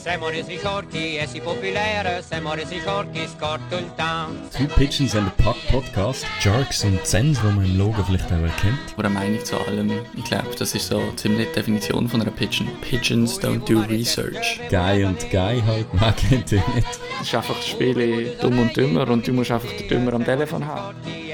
Siamo resi forti e si popolare, siamo resi forti, scorto il town. Two Pigeons and a Puck Podcast. Jerks und Zens, die man im Logo vielleicht auch erkennt. Eine Meinung zu allem. Ich glaube, das ist so ziemlich die Definition von einer Pigeon. Pigeons don't do research. Guy und Guy halt, man kennt ihn nicht. Es ist einfach das Spiel dumm und dümmer und du musst einfach den Dümmer am Telefon haben.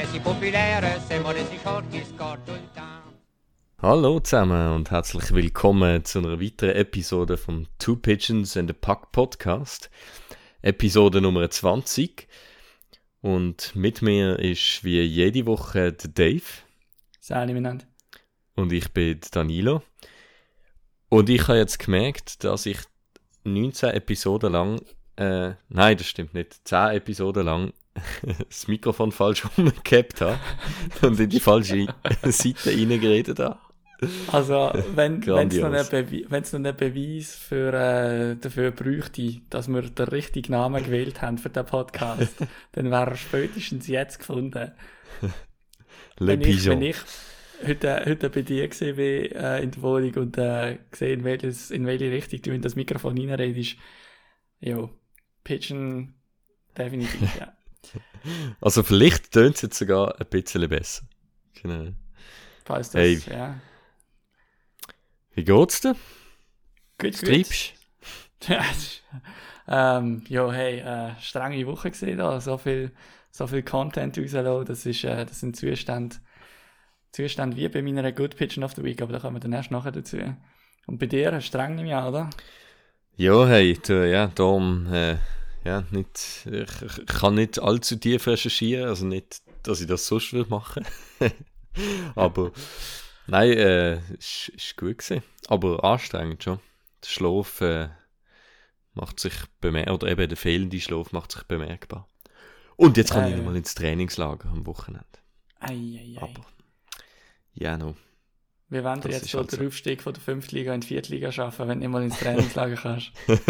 Hallo zusammen und herzlich willkommen zu einer weiteren Episode vom Two Pigeons and a Puck Podcast. Episode Nummer 20. Und mit mir ist wie jede Woche der Dave. Sali miteinander. Und ich bin Danilo. Und ich habe jetzt gemerkt, dass ich 19 Episoden lang, nein, das stimmt nicht, 10 Episoden lang das Mikrofon falsch umgehabt habe und in die falsche Seite reingeredet habe. Also, wenn es noch einen Beweis dafür bräuchte, dass wir den richtigen Namen gewählt haben für den Podcast, dann wäre er spätestens jetzt gefunden. Wenn ich heute bei dir gesehen bin, in der Wohnung und gesehen, in welche Richtung du in das Mikrofon reinredest, ja, Pigeon definitiv, ja. Also vielleicht tönt es jetzt sogar ein bisschen besser. Genau. Falls das, hey. Ja. Wie geht's dir? Gut. Treibst? Ja, hey, strenge Woche gesehen da, so viel Content rauslassen, das sind Zustände wie bei meiner Good Pigeon of the Week, aber da kommen wir dann erst nachher dazu. Und bei dir, streng im Jahr, oder? Ja, hey, darum, nicht, ich kann nicht allzu tief recherchieren, also nicht, dass ich das sonst machen will. Aber, nein, ist gut gewesen. Aber anstrengend schon. Der Schlaf macht sich bemerkbar, oder eben der fehlende Schlaf macht sich bemerkbar. Und jetzt kann ich nicht mal ins Trainingslager am Wochenende. Aber, ja, no. Wie wollen wir jetzt so den Aufstieg von der 5. Liga in die 4. Liga schaffen, wenn du nicht mal ins Trainingslager kannst?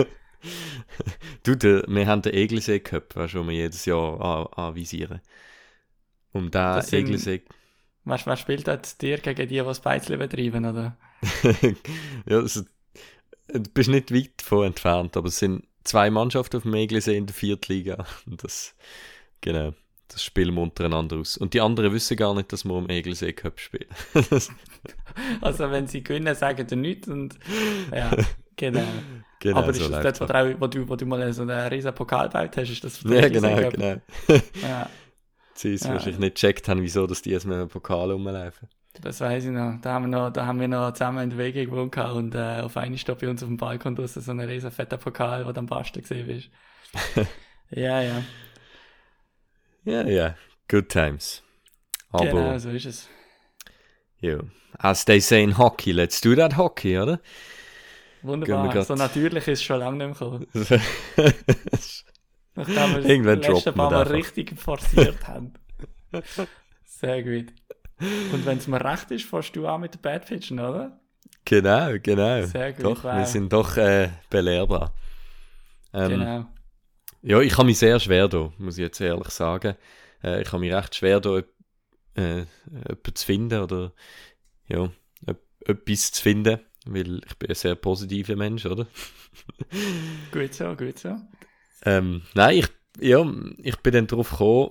Wir haben den Eglesee Cup, den wir jedes Jahr anvisieren. Um den Eglesee... Wer spielt das dir gegen die das Beizli betreiben, oder? Ja, also, du bist nicht weit davon entfernt, aber es sind 2 Mannschaften auf dem Eglesee in der 4. Liga. Und das spielen wir untereinander aus. Und die anderen wissen gar nicht, dass wir im Eglesee Cup spielen. Also wenn sie gewinnen, sagen sie nichts und ja, genau. Aber ist so das dort, wo du mal so einen riesen Pokal gebaut hast, ist das für dich? Ja, genau. Ja. Sie es wahrscheinlich nicht gecheckt haben, wieso dass die jetzt mit einem Pokal rumlaufen. Das weiss ich noch. Da haben wir noch zusammen in der WG gewohnt und auf einmal steht bei uns auf dem Balkon draussen so ein riesen fetter Pokal, der am Basten gesehen ist. Ja. Ja, good times. Aber, genau, so ist es. Ja, as they say in Hockey, let's do that Hockey, oder? Wunderbar, so natürlich ist es schon lange nicht mehr gekommen. Nachdem wir das letzte Mal richtig forciert haben. Sehr gut. Und wenn es mir recht ist, fährst du auch mit der Bad Pigeon, oder? Genau. Sehr gut. Doch, wir sind doch belehrbar. Genau. Ja, ich habe mich sehr schwer da, muss ich jetzt ehrlich sagen. Ich habe mich recht schwer da, jemanden zu finden oder ja, etwas zu finden, weil ich bin ein sehr positiver Mensch, oder? Gut so. Nein, ich bin dann drauf gekommen,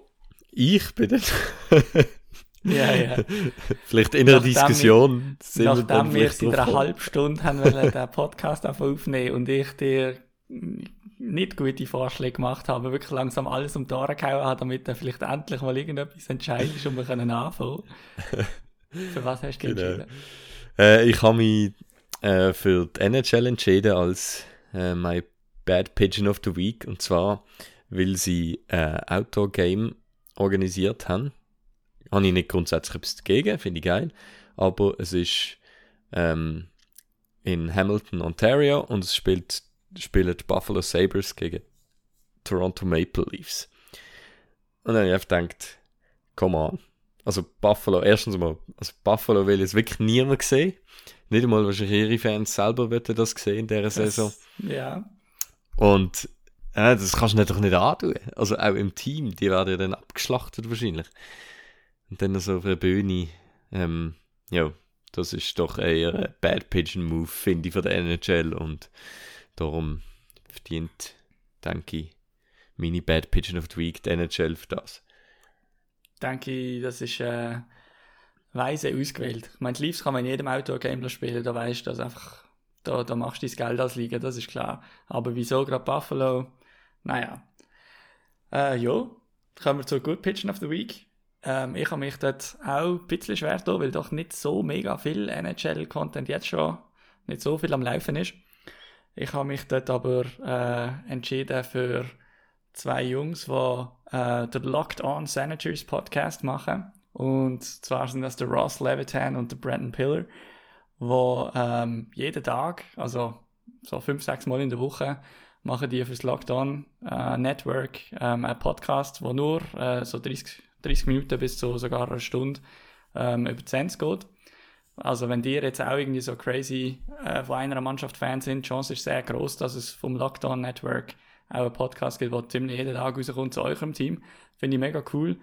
Ja. Vielleicht in einer Diskussion nachdem wir seit einer halben Stunde haben wollen, den Podcast aufnehmen und ich dir nicht gute Vorschläge gemacht habe, wirklich langsam alles um die Ohren gehauen habe, damit du vielleicht endlich mal irgendetwas entscheidest und wir können anfangen. Für was hast du entschieden? Ich habe mich für die NHL entschieden als my Bad Pigeon of the Week, und zwar, weil sie Outdoor Game organisiert haben. Habe ich nicht grundsätzlich etwas dagegen, finde ich geil, aber es ist in Hamilton, Ontario, und es spielen die Buffalo Sabres gegen Toronto Maple Leafs. Und dann habe ich einfach gedacht, come on. Also Buffalo, erstens mal, Buffalo will jetzt wirklich niemand sehen. Nicht einmal wahrscheinlich ihre Fans selber wollen das sehen in dieser Saison. Ja. Und das kannst du doch nicht antun. Also auch im Team, die werden ja dann abgeschlachtet wahrscheinlich. Und dann so auf einer Bühne, das ist doch eher ein Bad Pigeon Move, finde ich, von der NHL. Und darum verdient, denke ich, meine Bad Pigeon of the Week, die NHL für das. Denke ich, das ist weise ausgewählt. Ich meine, die Leafs kann man in jedem Outdoor-Game spielen, da weißt du, dass einfach, da machst du dein Geld als Liga, das ist klar. Aber wieso gerade Buffalo? Naja. Ja, kommen wir zur Good Pigeon of the Week. Ich habe mich dort auch ein bisschen schwer getan, weil doch nicht so mega viel NHL-Content jetzt schon nicht so viel am Laufen ist. Ich habe mich dort aber entschieden für 2 Jungs, die den Locked On Senators Podcast machen. Und zwar sind das der Ross Levitan und der Brandon Pillar, die jeden Tag, also so 5-6 Mal in der Woche, machen die fürs Locked On Network einen Podcast, der nur so 30 Minuten bis zu sogar eine Stunde über die Sens geht. Also wenn ihr jetzt auch irgendwie so crazy von einer Mannschaft Fan sind, die Chance ist sehr groß, dass es vom Locked On Network auch einen Podcast gibt, der ziemlich jeden Tag rauskommt zu eurem Team. Finde ich mega cool.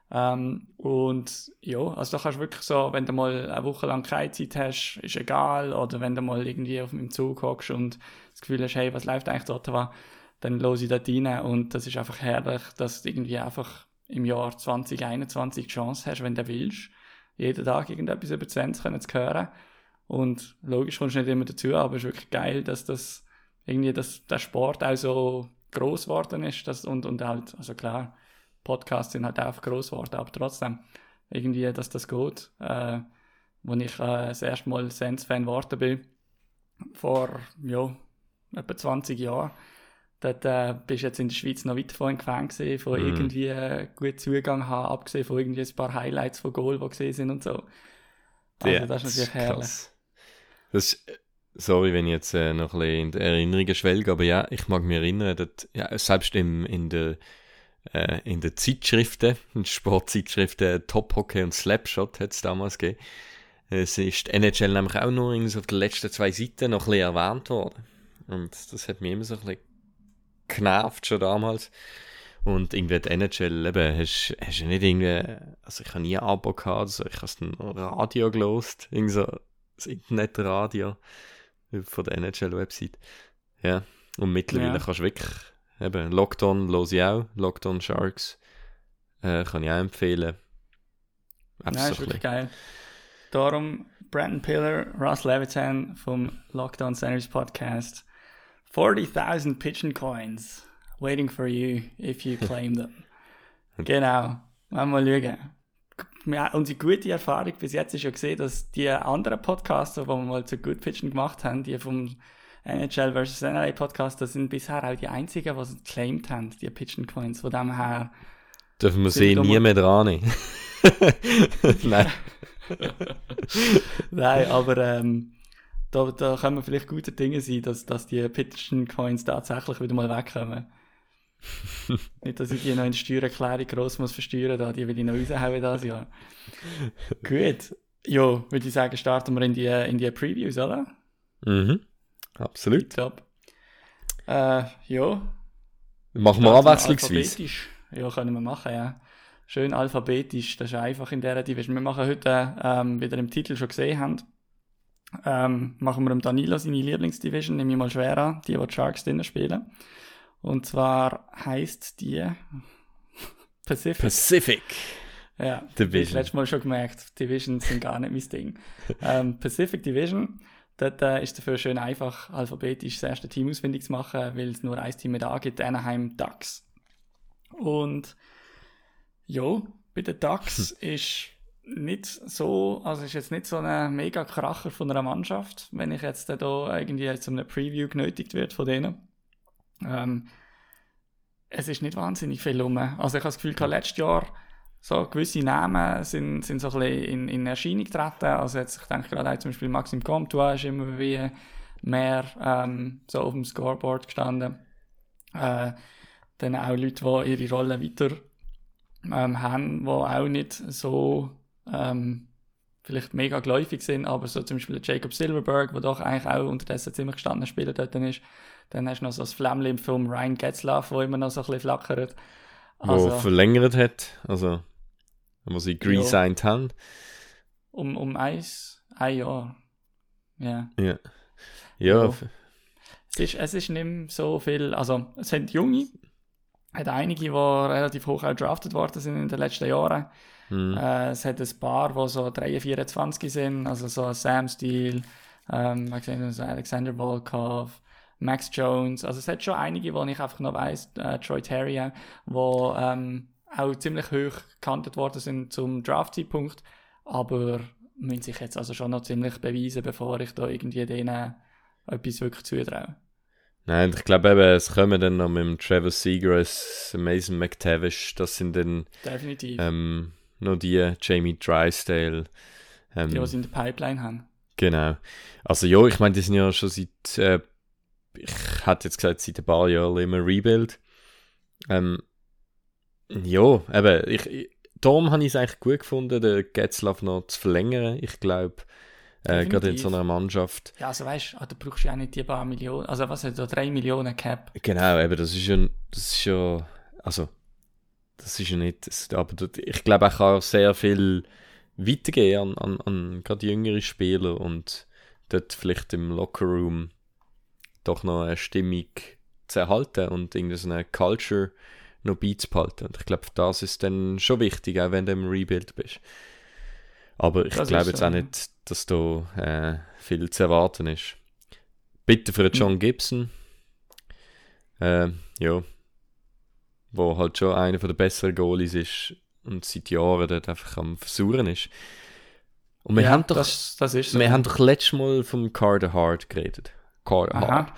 Und ja, also da kannst du wirklich so, wenn du mal eine Woche lang keine Zeit hast, ist egal, oder wenn du mal irgendwie auf dem Zug hockst und das Gefühl hast, hey, was läuft eigentlich dort, dann höre ich dort rein und das ist einfach herrlich, dass du irgendwie einfach im Jahr 2021 die Chance hast, wenn du willst, jeden Tag irgendetwas über 20 zu hören. Und logisch kommst du nicht immer dazu, aber es ist wirklich geil, dass das irgendwie, dass der Sport auch so gross geworden ist, und halt, also klar, Podcasts sind halt auch gross geworden, aber trotzdem, irgendwie, dass das geht. Als ich das erste Mal Sens-Fan geworden bin, vor, etwa 20 Jahren, dort bist du jetzt in der Schweiz noch weit davon entfernt gewesen, von irgendwie gut Zugang haben, abgesehen von irgendwie ein paar Highlights von Goal, die gesehen sind und so. Also Ja, das ist natürlich herrlich. Das ist, sorry, wenn ich jetzt noch ein bisschen in die Erinnerungen schwelge, aber ja, ich mag mich erinnern, dass, ja, selbst in den Zeitschriften, in Sportzeitschriften, Top Hockey und Slapshot hat es damals gegeben. Es ist die NHL nämlich auch nur auf den letzten 2 Seiten noch ein bisschen erwähnt worden. Und das hat mich immer so ein bisschen genervt schon damals. Und irgendwie die NHL, eben, hast du nicht irgendwie, also ich habe nie ein Abo gehabt, also ich habe es dann Radio gelost, irgendwie so das Internetradio von der NHL-Website. Ja, und mittlerweile kannst du wirklich, eben, Locked On höre ich auch, Locked On Sharks, kann ich auch empfehlen. Ja, ist wirklich geil. Darum Brandon Pillar, Ross Levitan vom Locked On Senators Podcast. 40,000 Pigeon Coins waiting for you if you claim them. Genau. Mal schauen. Unsere gute Erfahrung bis jetzt ist ja gesehen, dass die anderen Podcaster, die wir mal zu Good Pigeon gemacht haben, die vom NHL vs. NLA Podcast, das sind bisher auch die einzigen, die es geclaimed haben, die Pigeon Coins. Von dem her dürfen wir sie nie mehr dran. Nein. Nein, aber da können wir vielleicht gute Dinge sein, dass die Pigeon Coins tatsächlich wieder mal wegkommen. Nicht, dass ich die noch in der Steuererklärung gross muss versteuern muss, die will ich noch raushauen das Jahr. Gut. Ja, würde ich sagen, starten wir in die Previews, oder? Mhm. Absolut. Top. Ja. Machen wir abwechslungsweise. Ja, können wir machen, ja. Schön alphabetisch, das ist einfach in dieser Division. Wir machen heute, wie ihr im Titel schon gesehen habt, machen wir dem Danilo seine Lieblingsdivision, nehme ich mal schwer an, die Sharks drinnen spielen. Und zwar heisst die Pacific. Ja, das hast du letztes Mal schon gemerkt, Divisions sind gar nicht mein Ding. Pacific Division, dort ist dafür schön einfach, alphabetisch das erste Team ausfindig zu machen, weil es nur ein Team mit A gibt, Anaheim Ducks. Und ja, bei den Ducks ist nicht so, also ist jetzt nicht so ein mega Kracher von einer Mannschaft, wenn ich jetzt da irgendwie zu einem Preview genötigt wird von denen. Es ist nicht wahnsinnig viel rum. Also ich habe das Gefühl, letztes Jahr so gewisse Namen sind so ein bisschen in Erscheinung getreten. Also jetzt, ich denke gerade auch zum Beispiel Maxime Comtois ist immer wie mehr so auf dem Scoreboard gestanden. Dann auch Leute, die ihre Rollen weiter haben, die auch nicht so vielleicht mega geläufig sind, aber so zum Beispiel Jacob Silverberg, der doch eigentlich auch unterdessen ziemlich gestandener Spieler dort ist. Dann hast du noch so das Flämmchen vom Ryan Getzlaff, der immer noch so ein bisschen flackert. Also, wo verlängert hat, also wo sie re-signed haben. Um ein Jahr. Ja. Ja. Es ist nicht mehr so viel, also es sind Junge, hat einige, die relativ hoch auch drafted worden sind in den letzten Jahren. Es hat ein paar, die so 3, 24 sind, also so Sam Steele, Alexander Volkov, Max Jones, also es hat schon einige, die ich einfach noch weiss, Troy Terry auch, die auch ziemlich hoch gekantet worden sind zum Draft-Zeitpunkt, aber müssen sich jetzt also schon noch ziemlich beweisen, bevor ich da irgendwie denen etwas wirklich zutraue. Nein, ich glaube eben, es kommen dann noch mit dem Trevor Seagrass, Mason McTavish, das sind dann definitiv noch die, Jamie Drysdale. Die was in der Pipeline haben. Genau. Also ja, ich meine, die sind ja schon seit, ich hätte jetzt gesagt, seit ein paar Jahren immer Rebuild. Ja, eben, darum habe ich es eigentlich gut gefunden, den Getzlaff noch zu verlängern. Ich glaube, gerade in so einer Mannschaft. Ja, also weißt du, da brauchst du ja nicht die paar Millionen, also was hat da 3 Millionen Cap? Genau, eben, das ist ja nicht, aber ich glaube, er kann auch sehr viel weitergehen an gerade jüngere Spieler und dort vielleicht im Lockerroom doch noch eine Stimmung zu erhalten und irgendeine Culture noch beizubehalten. Und ich glaube, das ist dann schon wichtig, auch wenn du im Rebuild bist. Aber ich glaube jetzt auch nicht, dass da viel zu erwarten ist. Bitte für John Gibson. Ja. Wo halt schon einer der besseren Goalies ist und seit Jahren dort einfach am Versuchen ist. Und wir haben doch, das ist so. Wir haben doch letztes Mal vom Carter Hart geredet. Carter Hart.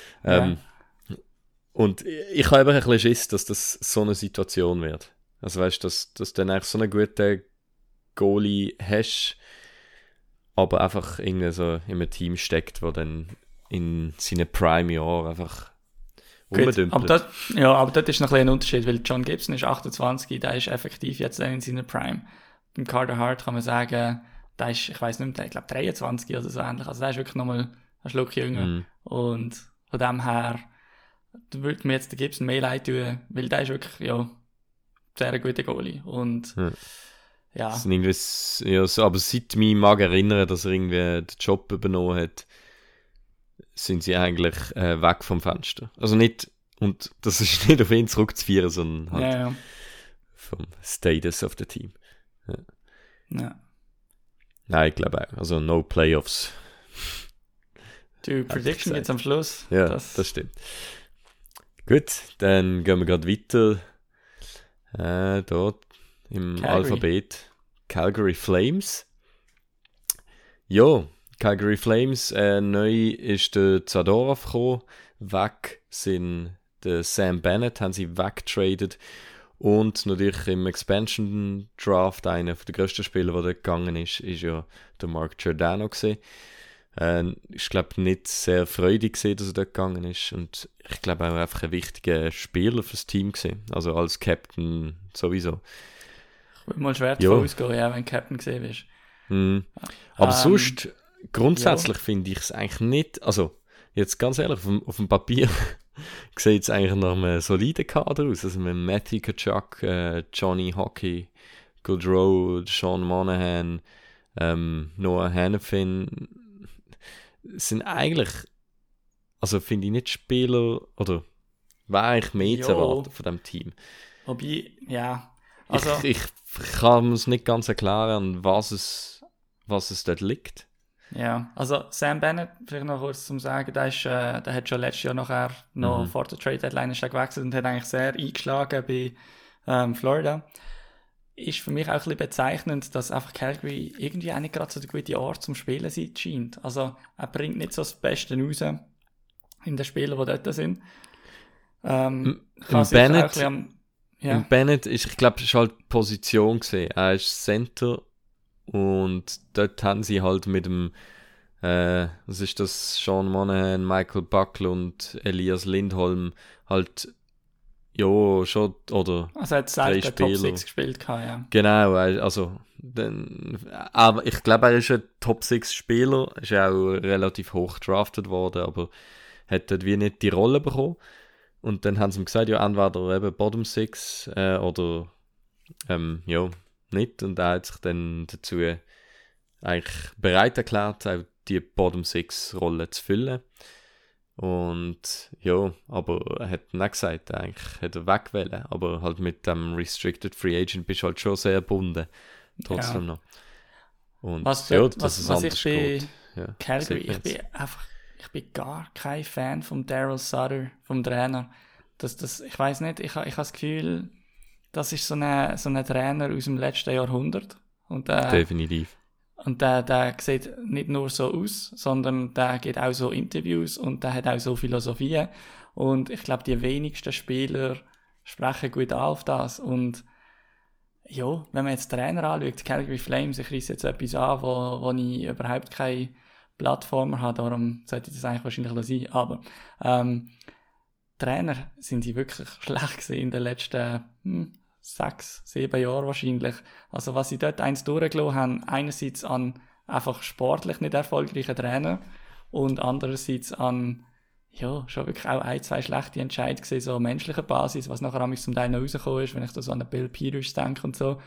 Und ich habe eben ein bisschen Schiss, dass das so eine Situation wird. Also weißt du, dass du dann eigentlich so einen guten Goalie hast, aber einfach irgendwie so in einem Team steckt, wo dann in seinen Prime-Jahren einfach rumdümpelt. Aber dort ist noch ein Unterschied, weil John Gibson ist 28, der ist effektiv jetzt in seiner Prime. Beim Carter Hart kann man sagen, der ist, ich weiss nicht mehr, ich glaube 23 oder so ähnlich. Also der ist wirklich nochmal ein Schluck jünger. Und von dem her würde mir jetzt der Gibson mehr leid tun, weil der ist wirklich, sehr guter Goalie. Und ja. Das sind so, aber seit ich mich mag erinnern, dass er irgendwie den Job übernommen hat, sind sie eigentlich weg vom Fenster. Also nicht, und das ist nicht auf ihn zurückzuführen, sondern halt vom Status of the Team. Ja. Nein, ich glaube auch. Also no Playoffs. Die Prediction jetzt am Schluss. Ja, das stimmt. Gut, dann gehen wir gerade weiter. Dort im Alphabet. Calgary Flames. Ja, Calgary Flames. Neu ist der Zadorov gekommen. Weg sind der Sam Bennett, haben sie weggetradet. Und natürlich im Expansion Draft, einer der grössten Spieler, der dort gegangen ist ja der Mark Giordano gewesen. Ich glaube nicht sehr freudig gesehen, dass er dort gegangen ist. Und ich glaube auch einfach ein wichtiger Spieler fürs Team gesehen. Also als Captain sowieso. Ich würde mal schwer davon ausgehen, wenn du Captain gesehen bist. Aber sonst, grundsätzlich finde ich es eigentlich nicht. Also, jetzt ganz ehrlich, auf dem Papier sieht es eigentlich nach einem soliden Kader aus. Also mit Matthew Tkachuk, Johnny Hockey, Goodrow, Sean Monahan, Noah Hanifin. Sind eigentlich, also finde ich nicht Spieler, oder wäre eigentlich mehr zu erwarten von diesem Team. Wobei, also ich kann es nicht ganz erklären, was es dort liegt. Ja, also Sam Bennett, vielleicht noch kurz zum Sagen, der hat schon letztes Jahr nachher noch vor der Trade Deadline gewechselt und hat eigentlich sehr eingeschlagen bei Florida. Ist für mich auch ein bisschen bezeichnend, dass einfach Calgary irgendwie auch nicht gerade so der gute Ort zum Spielen sein scheint. Also er bringt nicht so das Beste raus in den Spielern, die dort sind. Bennett ist, ich glaube, ist halt Position gesehen. Er ist Center und dort haben sie halt mit dem was ist das, Sean Monahan, Michael Buckle und Elias Lindholm halt schon, oder also er hat selten Top 6 gespielt, ja. Genau, also aber ich glaube, er ist ein Top 6 Spieler, ist auch relativ hoch gedraftet worden, aber hat dort wie nicht die Rolle bekommen. Und dann haben sie ihm gesagt, entweder eben Bottom 6 oder nicht. Und er hat sich dann dazu eigentlich bereit erklärt, auch die Bottom 6 Rolle zu füllen. Und ja, aber er hat dann auch gesagt, eigentlich hätte er weg wollen, aber halt mit dem Restricted Free Agent bist du halt schon sehr gebunden, trotzdem noch. Und was ich bei Calgary, ich bin gar kein Fan von Daryl Sutter, vom Trainer. Ich weiss nicht, ich habe das Gefühl, das ist so ein Trainer aus dem letzten Jahrhundert. Und definitiv. Und der sieht nicht nur so aus, sondern der geht auch so Interviews und der hat auch so Philosophien. Und ich glaube, die wenigsten Spieler sprechen gut auf das. Und ja, wenn man jetzt Trainer anschaut, Calgary Flames, ich reiss jetzt etwas an, wo ich überhaupt keine Plattform habe, darum sollte ich das eigentlich wahrscheinlich sein. Aber Trainer sind sie wirklich schlecht gewesen in den letzten 6, 7 Jahren wahrscheinlich. Also was sie dort eins durchgelassen haben, einerseits an einfach sportlich nicht erfolgreichen Trainer und andererseits an schon wirklich auch 1, 2 schlechte Entscheidungen gesehen, so menschlicher Basis, was nachher zum Teil noch rausgekommen ist, wenn ich da so an Bill Peters denke und so.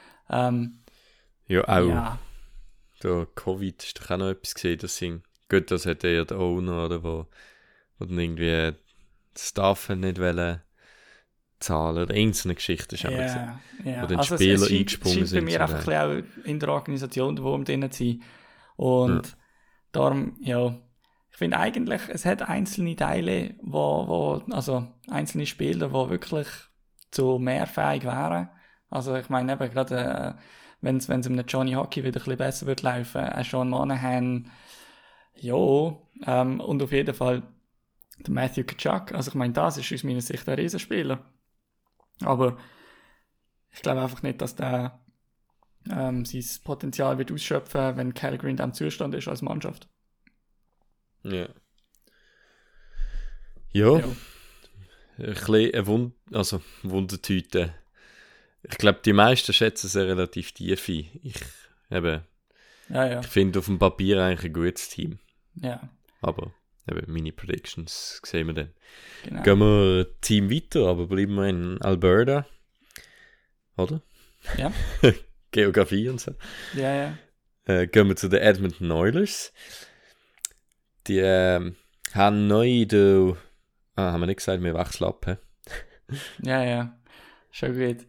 Ja. Da Covid ist doch auch noch etwas gesehen, das sind gut, das hat ja der Owner, oder wo dann irgendwie die Staff nicht wollen zahlen oder irgendeine Geschichte ist auch ja. Wo dann also Spieler eingesprungen sind. Es scheint bei mir einfach ein bisschen auch in der Organisation der Wurm drin zu sein. Und darum, ich finde eigentlich, es hat einzelne Teile, also einzelne Spieler, die wirklich zu mehrfähig wären. Also ich meine eben gerade, wenn es einem Johnny Hockey wieder ein bisschen besser wird laufen, Sean Monahan, und auf jeden Fall der Matthew Tkachuk. Also ich meine, das ist aus meiner Sicht ein Riesenspieler. Aber ich glaube einfach nicht, dass der sein Potenzial wird ausschöpfen, wenn Calgary in diesem Zustand ist als Mannschaft. Ja. Ja. Ein bisschen eine Wundertüte. Ich glaube, die meisten schätzen es relativ tief ein. Ich finde auf dem Papier eigentlich ein gutes Team. Ja. Aber meine Predictions sehen wir dann. Genau. Gehen wir ein Team weiter, aber bleiben wir in Alberta. Oder? Ja. Geografie und so. Ja. Gehen wir zu den Edmonton Oilers. Die haben neu haben wir nicht gesagt, wir wechseln ab. Ja. Schon gut.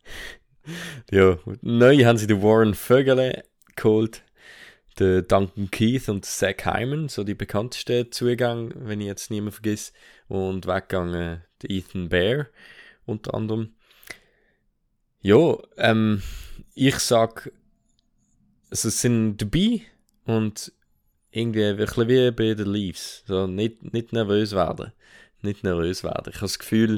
Ja, neu haben sie den Warren Vögele geholt. Der Duncan Keith und Zach Hyman, so die bekanntesten Zugänge, wenn ich jetzt niemanden vergesse. Und weggegangen der Ethan Bear unter anderem. Ja, ich sag, also es sind dabei und irgendwie ein bisschen wie bei den Leafs. So nicht nervös werden. Ich habe das Gefühl,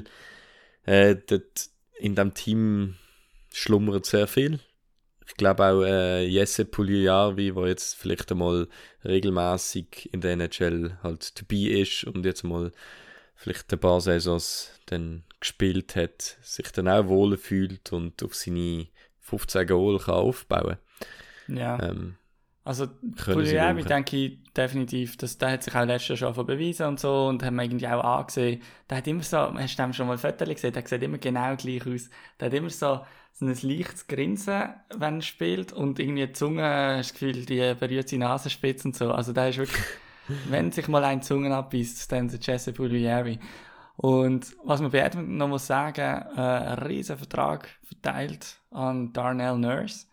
dort in diesem Team schlummert sehr viel. Ich glaube auch Jesse Puljujarvi, der jetzt vielleicht einmal regelmäßig in der NHL halt dabei ist und jetzt mal vielleicht ein paar Saisons dann gespielt hat, sich dann auch wohl fühlt und auf seine 15 Goal kann aufbauen. Ja. Also Puljujarvi denke ich definitiv, dass der hat sich auch letztes Jahr schon bewiesen und so und haben wir irgendwie auch angesehen. Der hat immer so, hast du dem schon mal Fotos gesehen? Der sieht immer genau gleich aus. Der hat immer so ein leichtes Grinsen, wenn er spielt und irgendwie die Zunge, hast das Gefühl, die berührt seine Nasenspitze und so. Also der ist wirklich, wenn sich mal ein Zungen abbeißt, dann der Jesse Puljujarvi. Und was man bei Edmonton noch muss sagen, ein riesen Vertrag verteilt an Darnell Nurse.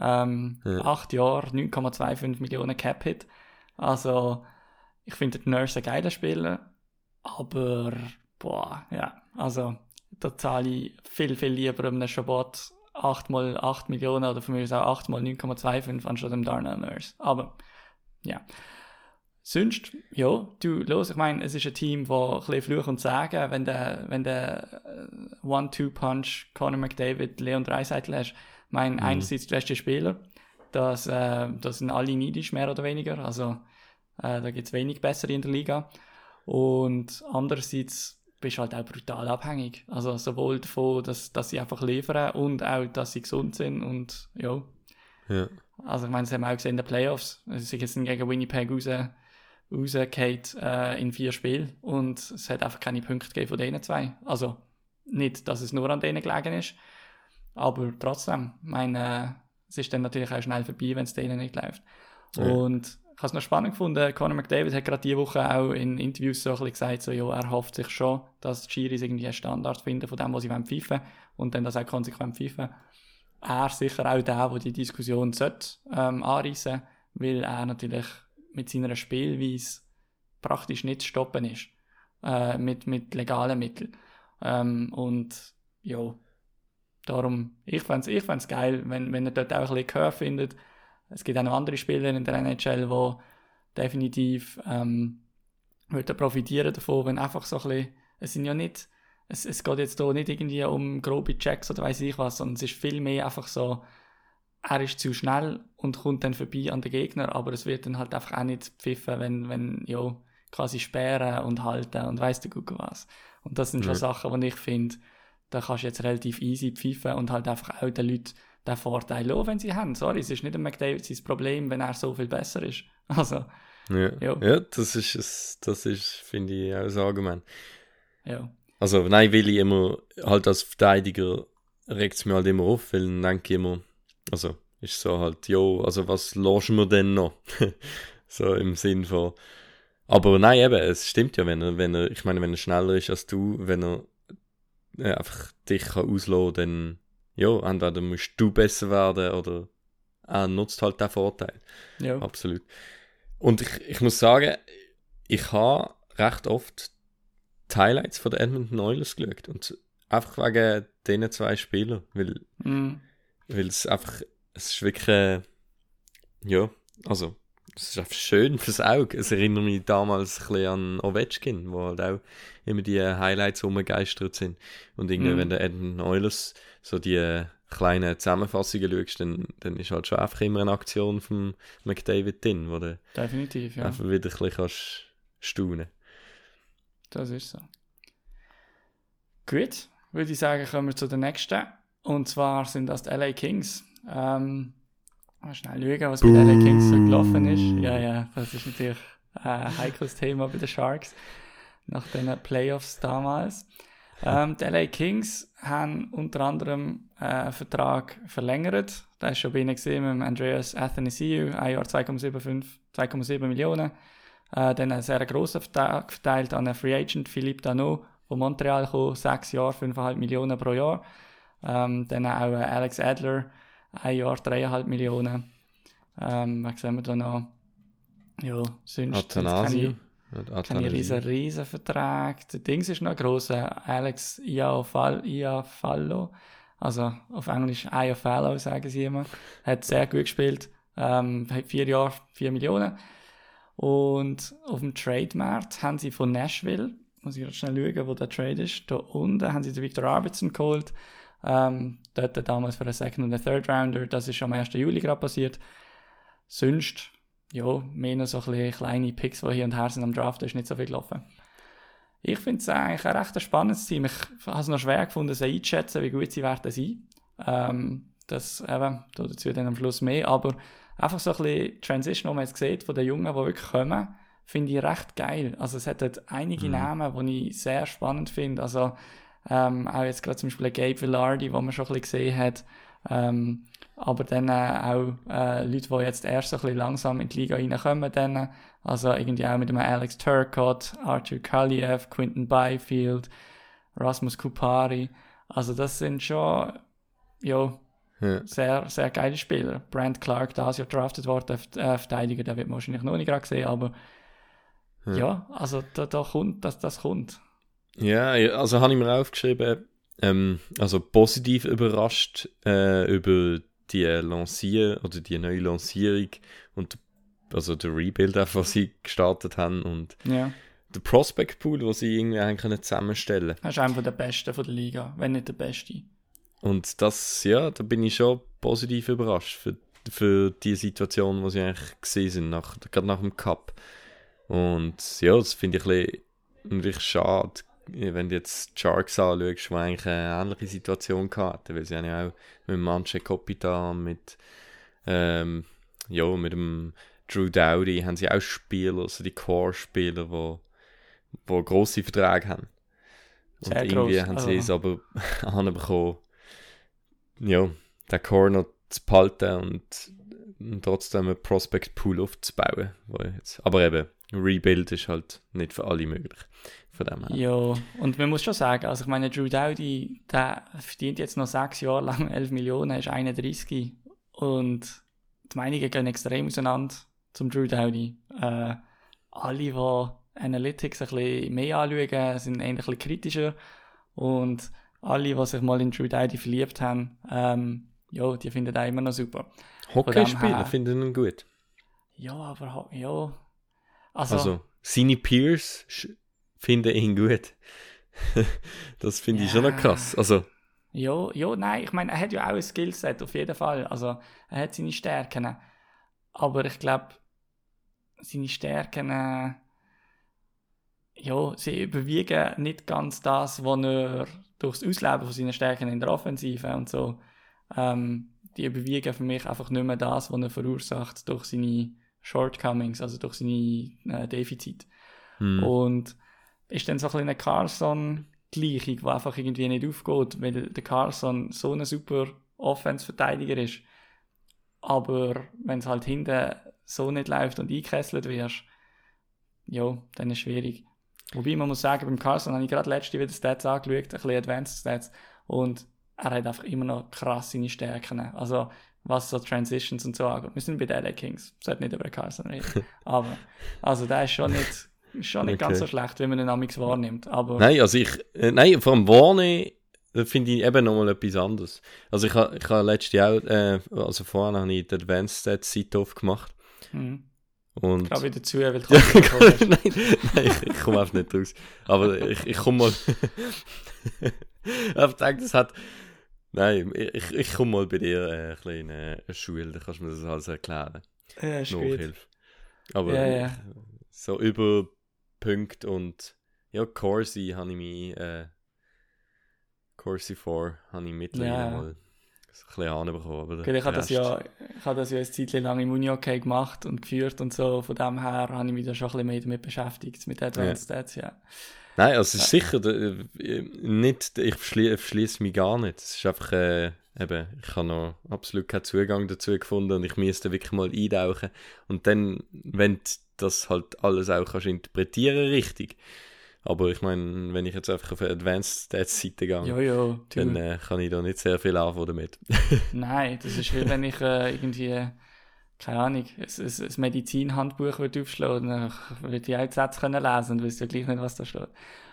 8 Jahre, 9,25 Millionen Cap-Hit. Also, ich finde den Nurse ein geiler Spieler, aber, also, da zahle ich viel, viel lieber einem Chabot 8 mal 8 Millionen oder von mir aus auch 8 mal 9,25 anstatt dem Darnell Nurse. Aber, ja. Sonst, ich meine, es ist ein Team, das ein bisschen Fluch und Sagen, wenn der One-Two-Punch Conor McDavid, Leon Draisaitl hast. Ich meine, einerseits die besten Spieler, das sind alle neidisch, mehr oder weniger, also da gibt es wenig bessere in der Liga. Und andererseits bist du halt auch brutal abhängig, also sowohl davon, dass sie einfach liefern und auch, dass sie gesund sind und ja. Also ich meine, das haben wir auch gesehen in den Playoffs, sie sind gegen Winnipeg rausgefallen in 4 Spielen und es hat einfach keine Punkte gegeben von denen 2. Also nicht, dass es nur an denen gelegen ist, aber trotzdem, es ist dann natürlich auch schnell vorbei, wenn es denen nicht läuft. Ja. Und habe es noch spannend gefunden, Conor McDavid hat gerade diese Woche auch in Interviews so ein bisschen gesagt, so, ja, er hofft sich schon, dass die Schiris irgendwie einen Standard finden von dem, was sie pfeifen wollen und dann das auch konsequent pfeifen. Er ist sicher auch der die Diskussion anreissen, weil er natürlich mit seiner Spielweise praktisch nicht zu stoppen ist, mit legalen Mitteln. Und ja, darum, ich fänd's geil, wenn er dort auch ein bisschen Gehör findet. Es gibt auch noch andere Spieler in der NHL, die definitiv würden profitieren davon, wenn einfach so ein bisschen, es sind ja nicht, es geht jetzt hier nicht irgendwie um grobe Checks oder weiss ich was, sondern es ist viel mehr einfach so, er ist zu schnell und kommt dann vorbei an den Gegner, aber es wird dann halt einfach auch nicht pfiffen, wenn ja, quasi sperren und halten und weiss der Gucke was. Und das sind schon Sachen, die ich finde, da kannst du jetzt relativ easy pfeifen und halt einfach auch den Leuten den Vorteil lassen, wenn sie haben. Sorry, es ist nicht ein McDavid sein Problem, wenn er so viel besser ist. Also, ja, das ist, finde ich, auch ein Argument. Ja. Also, nein, will ich immer, halt als Verteidiger regt es mir halt immer auf, weil dann denke ich immer, also, ist so halt, jo, also was lassen wir denn noch? So im Sinn von, aber nein, eben, es stimmt ja, wenn er schneller ist als du, wenn er einfach dich kann auslassen, dann, ja, entweder musst du besser werden oder er nutzt halt den Vorteil. Ja. Absolut. Und ich muss sagen, ich habe recht oft die Highlights von den Edmonton Oilers geschaut. Und einfach wegen diesen 2 Spielern. Weil es einfach, es ist wirklich, ja, also, es ist einfach schön fürs Auge. Es erinnert mich damals ein bisschen an Ovechkin, wo halt auch immer die Highlights rumgegeistert sind. Und irgendwie, wenn der Edmonton Oilers so die kleinen Zusammenfassungen schaust, dann ist halt schon einfach immer eine Aktion von McDavid drin, wo du definitiv, ja. einfach wieder ein bisschen kannst staunen. Das ist so. Gut, würde ich sagen, kommen wir zu der nächsten. Und zwar sind das die LA Kings. Mal schnell schauen, was bei den LA Kings so gelaufen ist. Ja, das ist natürlich ein heikles Thema bei den Sharks. Nach den Playoffs damals. Die LA Kings haben unter anderem einen Vertrag verlängert. Das war schon bei ihnen gesehen mit Andreas Athanasiou, ein Jahr 2,7 Millionen. Dann einen sehr grossen Vertrag verteilt an einen Free Agent, Philippe Danault, von Montreal kam, 6 Jahre, 5,5 Millionen pro Jahr. Dann auch Alex Adler, 1 Jahr, 3,5 Millionen. Was sehen wir da noch? Ja, sonst keine riesen Verträge. Der Dings ist noch gross, Alex Iafallo, also auf Englisch Iafallo sagen sie immer, hat sehr gut gespielt, hat 4 Jahre, 4 Millionen. Und auf dem Trademarkt haben sie von Nashville, muss ich gerade schnell schauen, wo der Trade ist, da unten haben sie den Victor Arvidsson geholt, dort damals für einen Second- und einen Third-Rounder, das ist am 1. Juli gerade passiert. Sonst, ja, mehr noch so ein bisschen kleine Picks, die hier und her sind am Draft, da ist nicht so viel gelaufen. Ich finde es eigentlich ein recht spannendes Team. Ich habe es noch schwer gefunden, sie einzuschätzen, wie gut sie werden sein. Das eben, dazu dann am Schluss mehr, aber einfach so ein bisschen Transition, die man jetzt sieht, von den Jungen, die wirklich kommen, finde ich recht geil. Also es hat dort einige Namen, die ich sehr spannend finde. Also auch jetzt gerade zum Beispiel Gabe Vilardi, den man schon ein bisschen gesehen hat. Aber dann auch Leute, die jetzt erst so ein bisschen langsam in die Liga reinkommen. Dann. Also irgendwie auch mit dem Alex Turcotte, Arthur Kaliev, Quinton Byfield, Rasmus Kupari. Also das sind schon sehr, sehr geile Spieler. Brant Clark, das Jahr drafted worden, Verteidiger, den wird man wahrscheinlich noch nicht gerade sehen, aber ja, also da kommt, das kommt. Ja, also habe ich mir aufgeschrieben, also positiv überrascht über die die neue Lancierung und also der Rebuild, was sie gestartet haben und der Prospect Pool, den sie irgendwie zusammenstellen können. Das ist einer der Besten von der Liga, wenn nicht der Beste. Und das, ja, da bin ich schon positiv überrascht für die Situation, wo sie eigentlich gesehen sind, gerade nach dem Cup. Und ja, das finde ich ein bisschen schade, wenn du jetzt die Sharks anschaust, die eigentlich eine ähnliche Situation hatten, weil sie haben ja auch mit dem Manche Kopitar, mit dem Drew Doughty, haben sie auch Spieler, also die Core-Spieler, die grosse Verträge haben. Und sehr irgendwie gross, haben sie es aber anbekommen, ja, den Core noch zu behalten und trotzdem einen Prospect-Pool aufzubauen. Aber eben, Rebuild ist halt nicht für alle möglich. Von dem her. Ja, und man muss schon sagen, also ich meine, Drew Doughty, der verdient jetzt noch 6 Jahre lang 11 Millionen, ist 31 und die Meinungen gehen extrem auseinander zum Drew Doughty. Alle, die Analytics ein bisschen mehr anschauen, sind eigentlich ein bisschen kritischer und alle, die sich mal in Drew Doughty verliebt haben, ja, die finden ihn immer noch super. Hockeyspieler finden ihn gut. Ja, aber ja. Also seine Peers finden ihn gut. Das finde ich schon noch krass. Also, ja, nein, ich meine, er hat ja auch ein Skillset, auf jeden Fall. Also, er hat seine Stärken. Aber ich glaube, seine Stärken, ja, sie überwiegen nicht ganz das, was er durch das Ausleben von seinen Stärken in der Offensive und so, die überwiegen für mich einfach nicht mehr das, was er verursacht durch seine Shortcomings, also durch seine Defizite. Und ist dann so ein bisschen eine Carlson-Gleichung, die einfach irgendwie nicht aufgeht, weil der Carlson so ein super Offense-Verteidiger ist. Aber wenn es halt hinten so nicht läuft und eingekesselt wirst, ja, dann ist es schwierig. Wobei man muss sagen, beim Carlson habe ich gerade letzte wieder Stats angeschaut, ein bisschen Advanced Stats, und er hat einfach immer noch krass seine Stärken. Also, was so Transitions und so angeht. Wir sind bei den LA Kings, sollte nicht über den Carlson reden. Aber, also, der ist schon nicht ganz so schlecht, wie man ihn amigs wahrnimmt. Aber nein, also vor allem wahrnehmen, finde ich eben nochmal etwas anderes. Also ich habe letztes Jahr auch, also vorhin habe ich die Advanced Stats Seite aufgemacht. Und ich glaube wieder zu, weil du nein, ich komme einfach nicht raus. Aber ich komme mal... ich denke, das hat... Nein, ich komme mal bei dir ein bisschen in eine Schule, da kannst du mir das alles erklären. Ja, ist gut. Aber ja. So über Punkte und ja, Corsi habe ich mich Corsi 4 habe ich mittlerweile mal ein bisschen anbekommen. Ich habe das ja eine Zeit lang im Uni-Hockey gemacht und geführt und so, von dem her habe ich mich da schon ein bisschen mehr damit beschäftigt, mit Advanced Stats, ja. Nein, also es ist sicher nicht, ich verschließe mich gar nicht. Es ist einfach, eben, ich habe noch absolut keinen Zugang dazu gefunden und ich müsste wirklich mal eintauchen. Und dann, wenn du das halt alles auch kannst interpretieren richtig. Aber ich meine, wenn ich jetzt einfach auf eine Advanced Stats Seite gehe, dann kann ich da nicht sehr viel anfangen damit. Nein, das ist wie wenn ich irgendwie, keine Ahnung, ein Medizinhandbuch aufschlagen würde, dann würde ich auch die Sätze lesen können und wüsste ja gleich nicht, was da steht.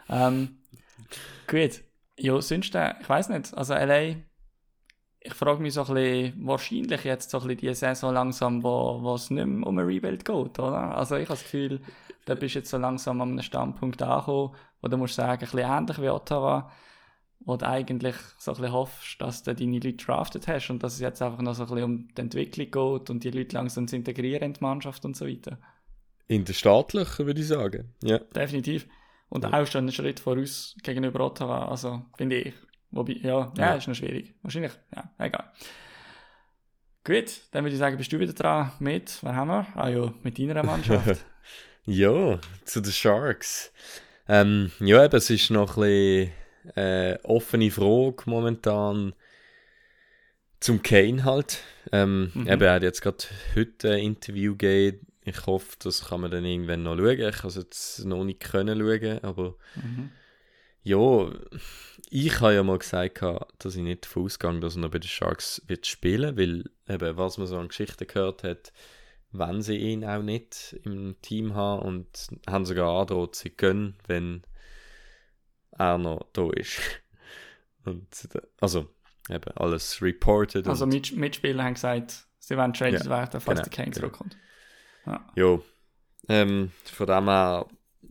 Gut. Ja, sonst, ich weiss nicht, also LA, ich frage mich so ein bisschen, wahrscheinlich jetzt so ein bisschen die Saison langsam, wo es nicht mehr um ein Rebuild geht, oder? Also ich habe das Gefühl, da bist du jetzt so langsam an einem Standpunkt angekommen, wo du musst sagen, ein bisschen ähnlich wie Ottawa, wo du eigentlich so ein bisschen hoffst, dass du deine Leute drafted hast und dass es jetzt einfach noch so ein bisschen um die Entwicklung geht und die Leute langsam zu integrieren in die Mannschaft und so weiter. In der staatlichen, würde ich sagen, ja. Definitiv. Und auch schon einen Schritt voraus gegenüber Ottawa, also finde ich. Wobei, ja, ist noch schwierig. Wahrscheinlich, ja, egal. Gut, dann würde ich sagen, bist du wieder dran mit, was haben wir? Ah ja, mit deiner Mannschaft. Ja, zu den Sharks. Ja, eben, es ist noch ein bisschen offene Frage momentan zum Kane halt. Eben, er hat jetzt gerade heute ein Interview gegeben. Ich hoffe, das kann man dann irgendwann noch schauen. Ich habe es jetzt noch nicht können schauen, aber ja, ich habe ja mal gesagt, dass ich nicht davon ausgehe, dass er noch bei den Sharks wird spielen, weil eben, was man so an Geschichten gehört hat, wenn sie ihn auch nicht im Team haben und haben sogar angedroht, sie können, wenn er noch da ist. Und, also, eben, alles reported. Also Mitspieler haben gesagt, sie werden traded werden, falls der Kane zurückkommt. Ja, von dem her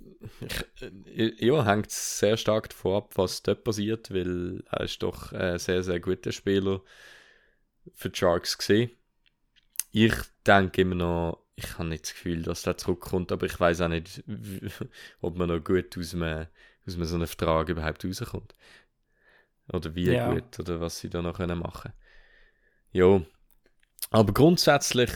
hängt es sehr stark davon ab, was dort passiert, weil er ist doch ein sehr, sehr guter Spieler für die Sharks gesehen. Ich denke immer noch, ich habe nicht das Gefühl, dass der zurückkommt, aber ich weiß auch nicht, ob man noch gut aus einem so einem Vertrag überhaupt rauskommt. Oder wie gut, oder was sie da noch machen können. Ja, aber grundsätzlich,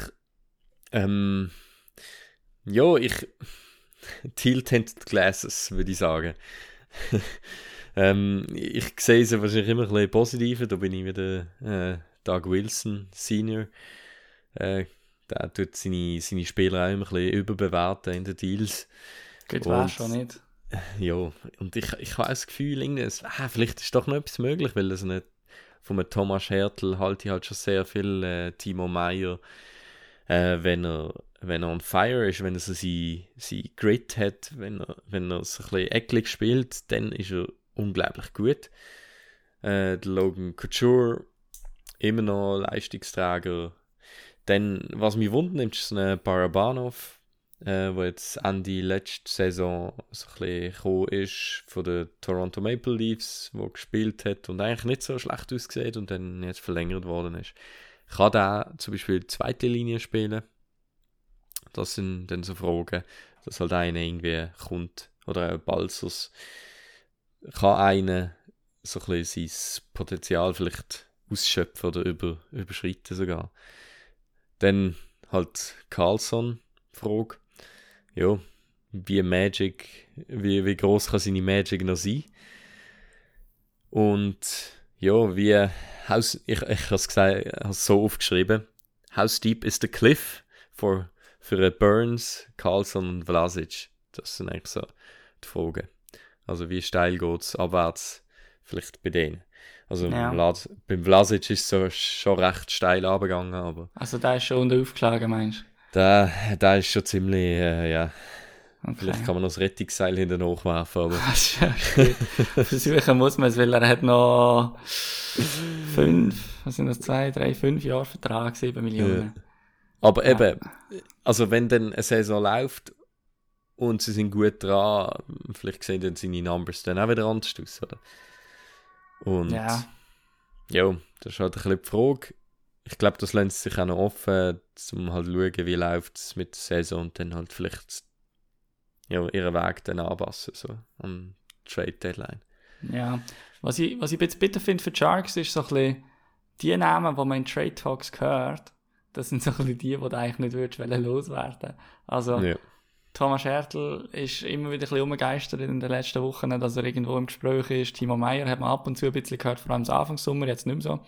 Tilt-Tinted Glasses, würde ich sagen. Ich sehe sie wahrscheinlich immer ein bisschen positiver, da bin ich wieder Doug Wilson Senior. der tut seine Spieler auch immer ein bisschen überbewerten in den Deals. Gut, weiß schon nicht. Ja, und ich habe das Gefühl, vielleicht ist doch noch etwas möglich, weil das nicht von einem Thomas Hertel halte ich halt schon sehr viel Timo Meyer, wenn er on fire ist, wenn er so sein Grit hat, wenn er so ein bisschen ecklig spielt, dann ist er unglaublich gut. Der Logan Couture, immer noch Leistungsträger. Dann, was mich wundert, ist ein Barabanov, wo jetzt Ende letzte Saison so ein bisschen gekommen ist von den Toronto Maple Leafs, wo gespielt hat und eigentlich nicht so schlecht ausgesehen und dann jetzt verlängert worden ist. Kann der zum Beispiel die zweite Linie spielen? Das sind dann so Fragen, dass halt einer irgendwie kommt oder ein Balzers. Kann einer so ein bisschen sein Potenzial vielleicht ausschöpfen oder überschreiten sogar. Dann halt Carlson-Frage. Ja, wie groß kann seine Magic noch sein? Und ja, ich habe es gesagt, habe es so aufgeschrieben. How steep is the cliff für Burns, Carlson und Vlasic? Das sind eigentlich so die Fragen. Also wie steil geht es abwärts vielleicht bei denen? Also ja. Beim Vlasic ist es schon recht steil runtergegangen, aber... Also der ist schon aufgeschlagen, meinst du? Der ist schon ziemlich, ja... Okay. Vielleicht kann man noch das Rettungsseil hinten nachwerfen, aber... Versuchen muss man es, weil er hat noch 5 Jahre Vertrag, 7 Millionen. Ja. Aber eben, also wenn dann eine Saison läuft und sie sind gut dran, vielleicht sehen dann seine Numbers dann auch wieder anders aus, oder? Und ja, das ist halt ein bisschen die Frage. Ich glaube, das lässt sich auch noch offen, um halt zu schauen, wie läuft es mit der Saison und dann halt vielleicht ihren Weg dann anpassen, so am Trade-Deadline. Ja, was ich jetzt bitter finde für die Sharks, ist so ein bisschen die Namen, die man in Trade-Talks hört, das sind so ein bisschen die du eigentlich nicht würdest loswerden. Also, Thomas Hertel ist immer wieder ein bisschen umgegeistert in den letzten Wochen, dass er irgendwo im Gespräch ist. Timo Meyer hat man ab und zu ein bisschen gehört, vor allem am Anfangssommer, jetzt nicht mehr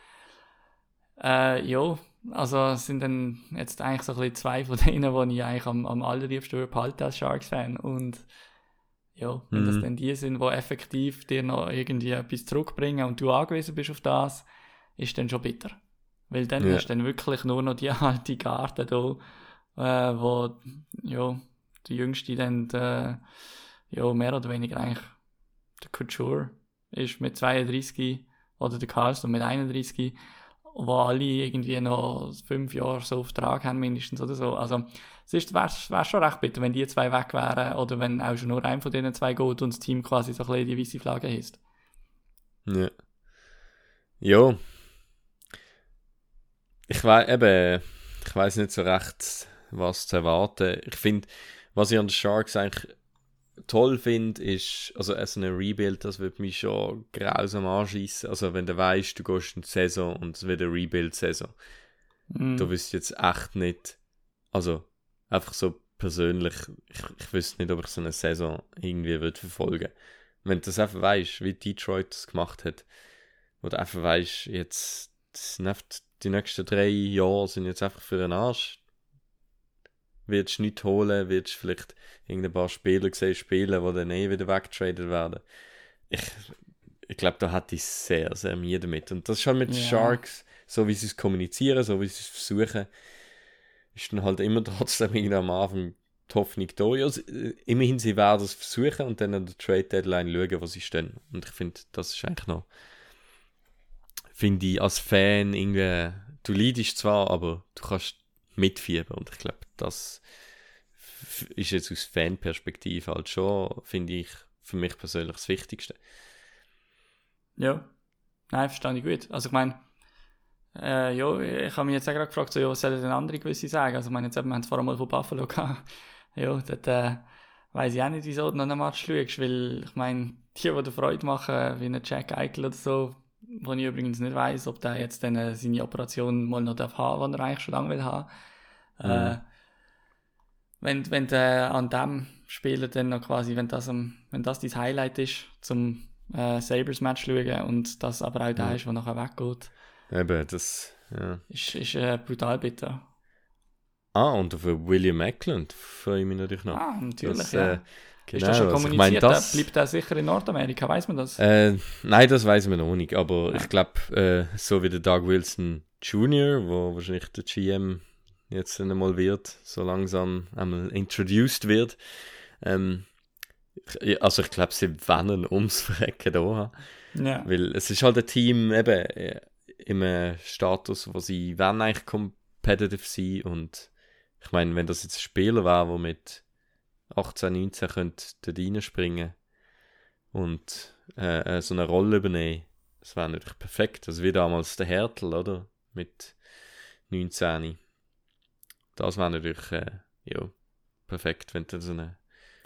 so. Also es sind dann jetzt eigentlich so ein bisschen 2 von denen, die ich eigentlich am allerliebsten behalte als Sharks-Fan. Und ja, wenn das dann die sind, die effektiv dir noch irgendwie etwas zurückbringen und du angewiesen bist auf das, ist dann schon bitter. Weil dann hast du dann wirklich nur noch die alte Garde da, wo der Jüngste dann mehr oder weniger eigentlich der Couture ist mit 32 oder der Carlson mit 31, wo alle irgendwie noch 5 Jahre so Vertrag haben mindestens oder so. Also es wäre schon recht bitter, wenn die 2 weg wären oder wenn auch schon nur ein von diesen 2 geht und das Team quasi so ein bisschen die weiße Flagge hisst. Ja. Ja. Ich weiss nicht so recht, was zu erwarten. Ich finde, was ich an den Sharks eigentlich toll finde, ist, also ein Rebuild, das wird mich schon grausam anschiessen. Also wenn du weißt, du gehst in die Saison und es wird eine Rebuild-Saison. Du wüsst jetzt echt nicht, also einfach so persönlich, ich wüsste nicht, ob ich so eine Saison irgendwie würde verfolgen. Wenn du das einfach weißt, wie Detroit das gemacht hat, wo du einfach weißt, jetzt sind einfach die nächsten 3 Jahre sind jetzt einfach für den Arsch. Willst du nichts holen, willst du vielleicht irgendein paar Spieler spielen, die dann wieder weggetradet werden. Ich glaube, da hatte ich sehr, sehr Mühe damit. Und das ist halt mit den Sharks, so wie sie es kommunizieren, so wie sie es versuchen, ist dann halt immer trotzdem irgendwie am Anfang die Hoffnung da. Also, immerhin, sie werden es versuchen und dann an der Trade-Deadline schauen, wo sie stehen. Und ich finde, das ist eigentlich noch, finde ich als Fan irgendwie, du leidest zwar, aber du kannst mitfiebern und ich glaube, das ist jetzt aus Fanperspektive halt schon, finde ich, für mich persönlich das Wichtigste. Ja, nein, verstehe ich gut. Also ich meine, ich habe mich jetzt auch gerade gefragt, was sollen denn andere gewisse sagen? Also ich meine, jetzt haben wir es vorher mal von Buffalo gehabt. Ja, dort weiss ich auch nicht, wieso du noch einen Match schaust, weil ich meine, die dir Freude machen, wie ein Jack Eichel oder so, wo ich übrigens nicht weiss, ob der jetzt dann seine Operation mal noch haben darf, die er eigentlich schon lange will haben. Wenn du an dem Spielen dann noch quasi, wenn das dein Highlight ist, zum Sabres-Match schauen und das aber auch der ist, der nachher weggeht. Eben, das, Ist brutal bitter. Und auf William Eklund freue ich mich natürlich noch. Natürlich, Genau, ist das schon kommuniziert? Bleibt er sicher in Nordamerika, weiss man das? Nein, das weiss man noch nicht, aber ich glaube, so wie der Doug Wilson Jr., wo wahrscheinlich der GM jetzt dann einmal wird, so langsam einmal introduced wird, also ich glaube, sie wollen ums Verrecken da haben. Ja. Weil es ist halt ein Team eben im Status, wo sie wollen eigentlich competitive sein, und ich meine, wenn das jetzt ein Spieler wäre, der mit 18, 19 könnte dort reinspringen und so eine Rolle übernehmen, das wäre natürlich perfekt. Also wie damals der Hertel, oder? Mit 19. Das wäre natürlich perfekt, wenn du so einen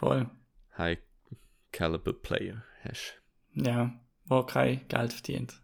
High-Caliber-Player hast. Ja, der kein Geld verdient.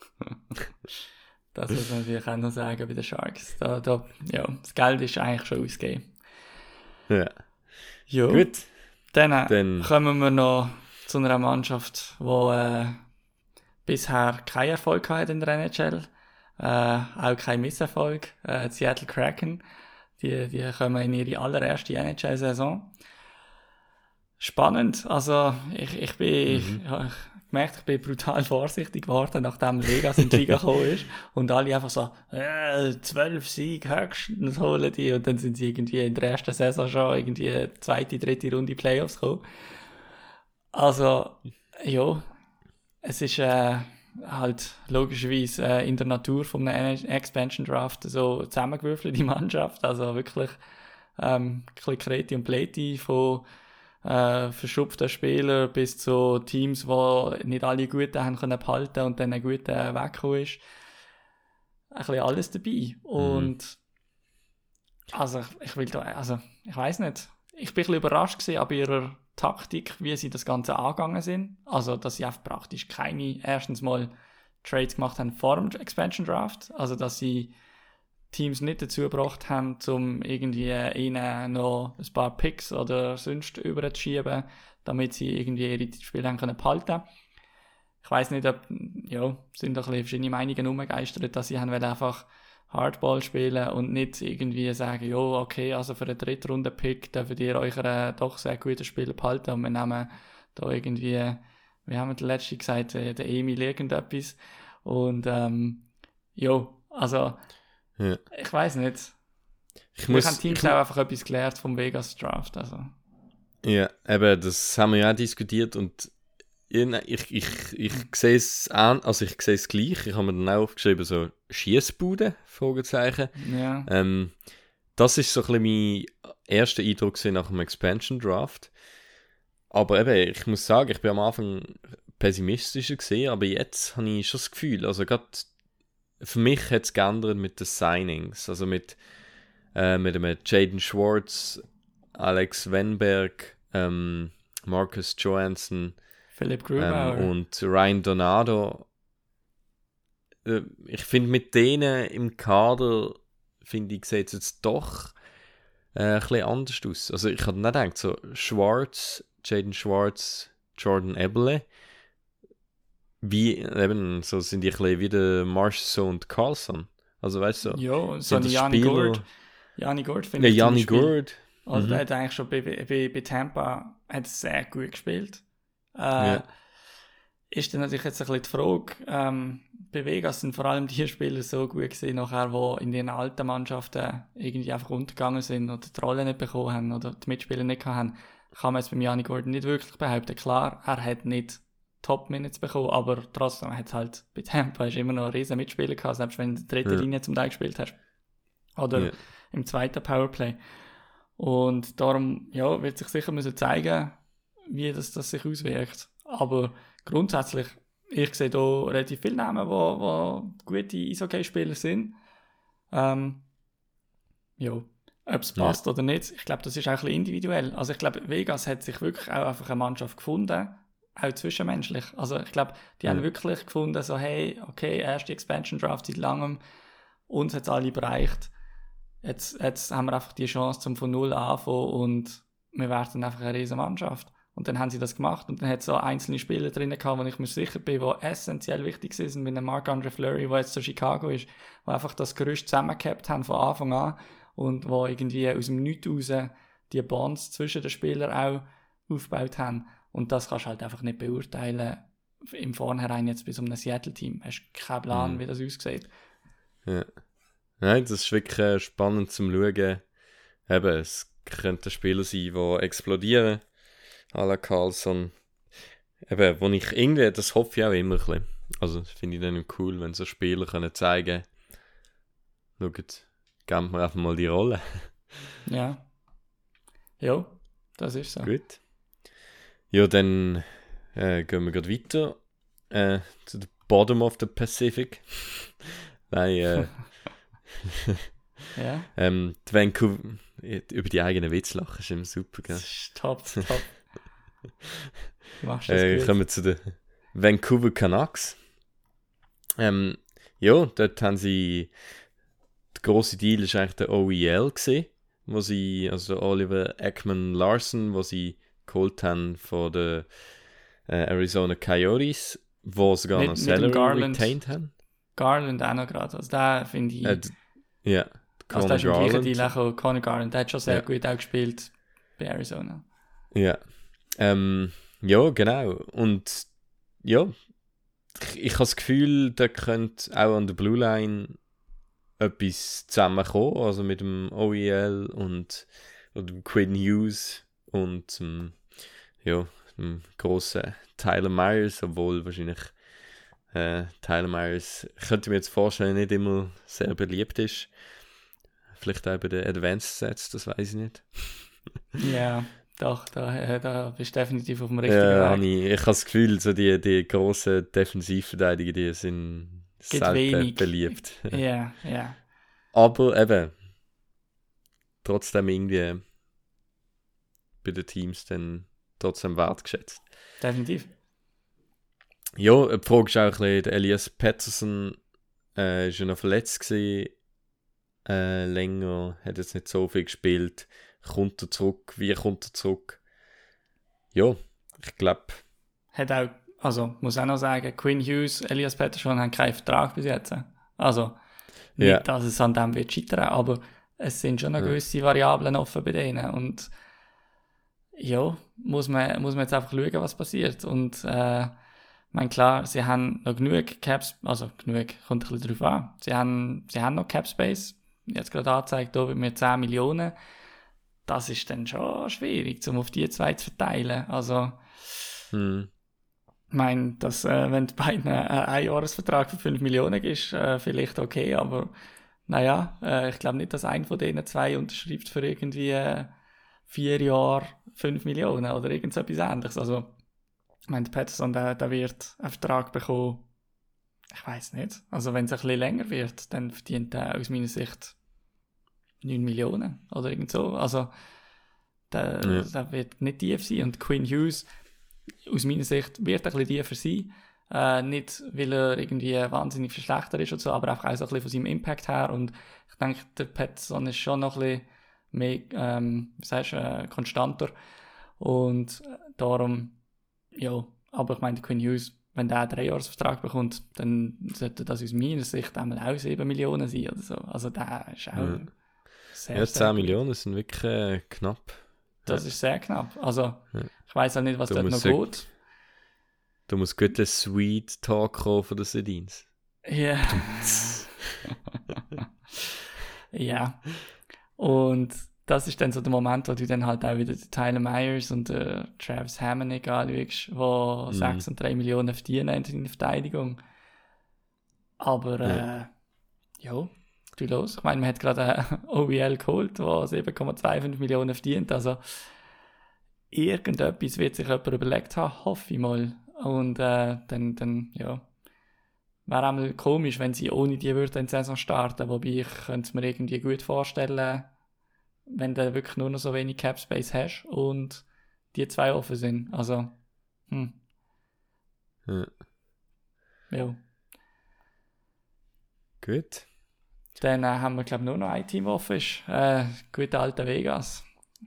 Das muss man natürlich auch noch sagen bei den Sharks. Das Geld ist eigentlich schon ausgegeben. Ja. Jo. Gut. Dann kommen wir noch zu einer Mannschaft, die bisher keinen Erfolg hat in der NHL. Auch kein Misserfolg. Die Seattle Kraken. Die kommen in ihre allererste NHL-Saison. Spannend. Also ich bin gemerkt, ich bin brutal vorsichtig geworden, nachdem Vegas in die Liga gekommen ist. Und alle einfach so, 12 Siege höchstens holen die. Und dann sind sie irgendwie in der ersten Saison schon irgendwie zweite, dritte Runde Playoffs gekommen. Also, ja, es ist halt logischerweise in der Natur von einem Expansion Draft so zusammengewürfelte Mannschaft. Also wirklich ein bisschen Kreti und Pleti von verschupften Spieler bis zu Teams, die nicht alle Guten haben können behalten und dann ein guter weggekommen ist. Ein bisschen alles dabei. Und also ich weiss nicht. Ich bin ein bisschen überrascht gewesen an ihrer Taktik, wie sie das Ganze angegangen sind. Also, dass sie einfach praktisch keine, erstens mal Trades gemacht haben vor dem Expansion Draft. Also, dass sie Teams nicht dazu gebracht haben, um irgendwie ihnen noch ein paar Picks oder sonst überzuschieben, damit sie irgendwie ihre Spiele haben können behalten. Ich weiss nicht, sind da ein bisschen verschiedene Meinungen umgegeistert, dass sie einfach Hardball spielen und nicht irgendwie sagen, okay, also für einen Drittrunden-Pick dürft ihr euren doch sehr guten Spieler behalten und wir nehmen da irgendwie, wie haben wir der letzte gesagt, der Emil irgendetwas. Und ich weiss nicht. Ich habe Teams auch einfach etwas gelernt vom Vegas Draft. Also. Ja, eben, das haben wir ja auch diskutiert und ich sehe es an, also ich sehe es gleich. Ich habe mir dann auch aufgeschrieben, so Schiessbude, Fragezeichen. Ja. Das ist so ein bisschen mein erster Eindruck nach dem Expansion Draft. Aber eben, ich muss sagen, ich bin am Anfang pessimistischer gesehen, aber jetzt habe ich schon das Gefühl, also gerade für mich hat es geändert mit den Signings, also mit dem Jaden Schwartz, Alex Wenberg, Marcus Johansson, Philipp Grubauer und Ryan Donato. Ich finde, mit denen im Kader, finde ich, sieht es jetzt doch ein bisschen anders aus. Also ich hatte nicht gedacht, so Schwartz, Jaden Schwartz, Jordan Eberle, wie eben, so sind die ein bisschen wie der Marchessault und Carlson. Also weißt du, ja, so eine Yanni Gourde. Yanni Gourde finde ich. Ja, Yanni Gourde. Also der hat eigentlich schon bei Tampa hat sehr gut gespielt. Ist dann natürlich jetzt ein bisschen die Frage, bei Vegas sind vor allem die Spieler so gut gewesen, nachher, die in den alten Mannschaften irgendwie einfach untergegangen sind oder die Rolle nicht bekommen haben oder die Mitspieler nicht haben, kann man jetzt beim Yanni Gourde nicht wirklich behaupten. Klar, er hat nicht Top-Minutes bekommen, aber trotzdem hat es halt bei Tampa immer noch einen riesen Mitspieler gehabt, selbst wenn du in der dritten Linie zum Teil gespielt hast. Oder im zweiten Powerplay. Und darum wird sich sicher müssen zeigen, wie das sich auswirkt. Aber grundsätzlich, ich sehe hier relativ viele Namen, die gute Eishockey-Spieler sind. Ob es passt oder nicht, ich glaube, das ist auch ein bisschen individuell. Also ich glaube, Vegas hat sich wirklich auch einfach eine Mannschaft gefunden, auch zwischenmenschlich. Also ich glaube, die haben wirklich gefunden, so hey, okay, erste Expansion Draft seit langem, uns hat es alle bereicht. Jetzt haben wir einfach die Chance, von Null anfangen und wir werden einfach eine riesige Mannschaft. Und dann haben sie das gemacht und dann hat es so einzelne Spieler drin gehabt, wo ich mir sicher bin, die essentiell wichtig sind, wie ein Marc-Andre Fleury, der jetzt zu Chicago ist, die einfach das Gerüst zusammengehabt haben von Anfang an und wo irgendwie aus dem Nichts raus die Bonds zwischen den Spielern auch aufgebaut haben. Und das kannst du halt einfach nicht beurteilen im Vornherein jetzt bei so einem Seattle-Team. Hast keinen Plan, wie das aussieht. Ja. Nein, das ist wirklich spannend zum Schauen. Eben, es könnten Spieler sein, die explodieren, à la Carlson. Eben, wo ich irgendwie, das hoffe ich auch immer ein bisschen. Also, das finde ich dann cool, wenn so Spieler können zeigen, schaut, geben wir einfach mal die Rolle. Ja. Ja, das ist so. Gut. Ja, dann gehen wir gerade weiter zu the bottom of the Pacific. Nein, ja. Die Vancouver, über die eigenen Witz lachen ist immer super, gell? Das ist top. Du machst das gut. Kommen wir zu den Vancouver Canucks. Ja, dort haben sie, der grosse Deal ist eigentlich der OEL gewesen, wo sie, also Oliver Ekman-Larsson, wo sie geholt haben von den Arizona Coyotes, wo sogar noch Salary retained haben. Garland auch noch gerade, also da finde ich... ja, also der ist im gleichen Deal auch Conor Garland, der hat schon sehr gut auch gespielt bei Arizona. Ja, ja, genau. Und ja, ich habe das Gefühl, da könnte auch an der Blue Line etwas zusammenkommen, also mit dem OEL und dem Quinn Hughes und dem grossen Tyler Myers, obwohl wahrscheinlich Tyler Myers, ich könnte mir jetzt vorstellen, nicht immer sehr beliebt ist. Vielleicht auch bei den Advanced Sets, das weiß ich nicht. Ja, doch, da bist du definitiv auf dem richtigen Weg. Ich habe das Gefühl, so die grossen Defensivverteidiger, die sind selten beliebt. Ja. Aber eben, trotzdem irgendwie bei den Teams dann trotzdem wertgeschätzt. Definitiv. Ja, die Frage ist auch ein bisschen, der Elias Pettersson ist ja noch verletzt gewesen, länger, hat jetzt nicht so viel gespielt. Kommt er zurück? Wie kommt er zurück? Ja, ich glaube... Hat auch, also muss auch noch sagen, Quinn Hughes, Elias Pettersson haben keinen Vertrag bis jetzt. Also nicht, dass es an dem wird scheitern, aber es sind schon noch gewisse Variablen offen bei denen und ja, muss man jetzt einfach schauen, was passiert. Und ich meine, klar, sie haben noch genug Caps, also genug, kommt ein bisschen drauf an. Sie haben noch Cap Space, jetzt gerade angezeigt, hier mit 10 Millionen. Das ist dann schon schwierig, um auf die zwei zu verteilen. Also, ich meine, dass, wenn du beiden einen Einjahresvertrag für 5 Millionen gibst, vielleicht okay, aber naja, ich glaube nicht, dass einer von denen zwei unterschreibt für irgendwie 4 Jahre 5 Millionen oder irgend so etwas Ähnliches. Also, ich meine, der Pettersson, der wird einen Vertrag bekommen, ich weiß nicht. Also, wenn es ein bisschen länger wird, dann verdient er aus meiner Sicht 9 Millionen oder irgend so. Also, der wird nicht tief sein. Und Quinn Hughes, aus meiner Sicht, wird ein bisschen tiefer sein. Nicht, weil er irgendwie wahnsinnig verschlechtert ist oder so, aber einfach auch so ein bisschen von seinem Impact her. Und ich denke, der Pettersson ist schon noch ein bisschen mehr, konstanter. Und darum, ja, aber ich meine, Quinn Hughes, wenn der einen 3-Jahres-Vertrag bekommt, dann sollte das aus meiner Sicht einmal auch 7 Millionen sein oder so. Also der ist auch sehr, 10 Millionen sind wirklich knapp. Das ist sehr knapp. Also ich weiss auch nicht, was dort noch geht. Da muss gut der Sweet Talk kommen von den Sedins. Ja. Ja. Und das ist dann so der Moment, wo du dann halt auch wieder den Tyler Myers und Travis Hamonic anschaust, die 6 und 3 Millionen verdienen in der Verteidigung. Aber ja, du los. Ich meine, man hat gerade einen OEL geholt, der 7,25 Millionen verdient. Also irgendetwas wird sich jemand überlegt haben, hoffe ich mal. Und dann ja, wäre einmal komisch, wenn sie ohne die würden in die Saison starten. Wobei ich könnte es mir irgendwie gut vorstellen, wenn du wirklich nur noch so wenig Cap Space hast und die zwei offen sind. Also, Ja. Gut. Dann haben wir, glaube ich, nur noch ein Team offen ist. Gute alte Vegas.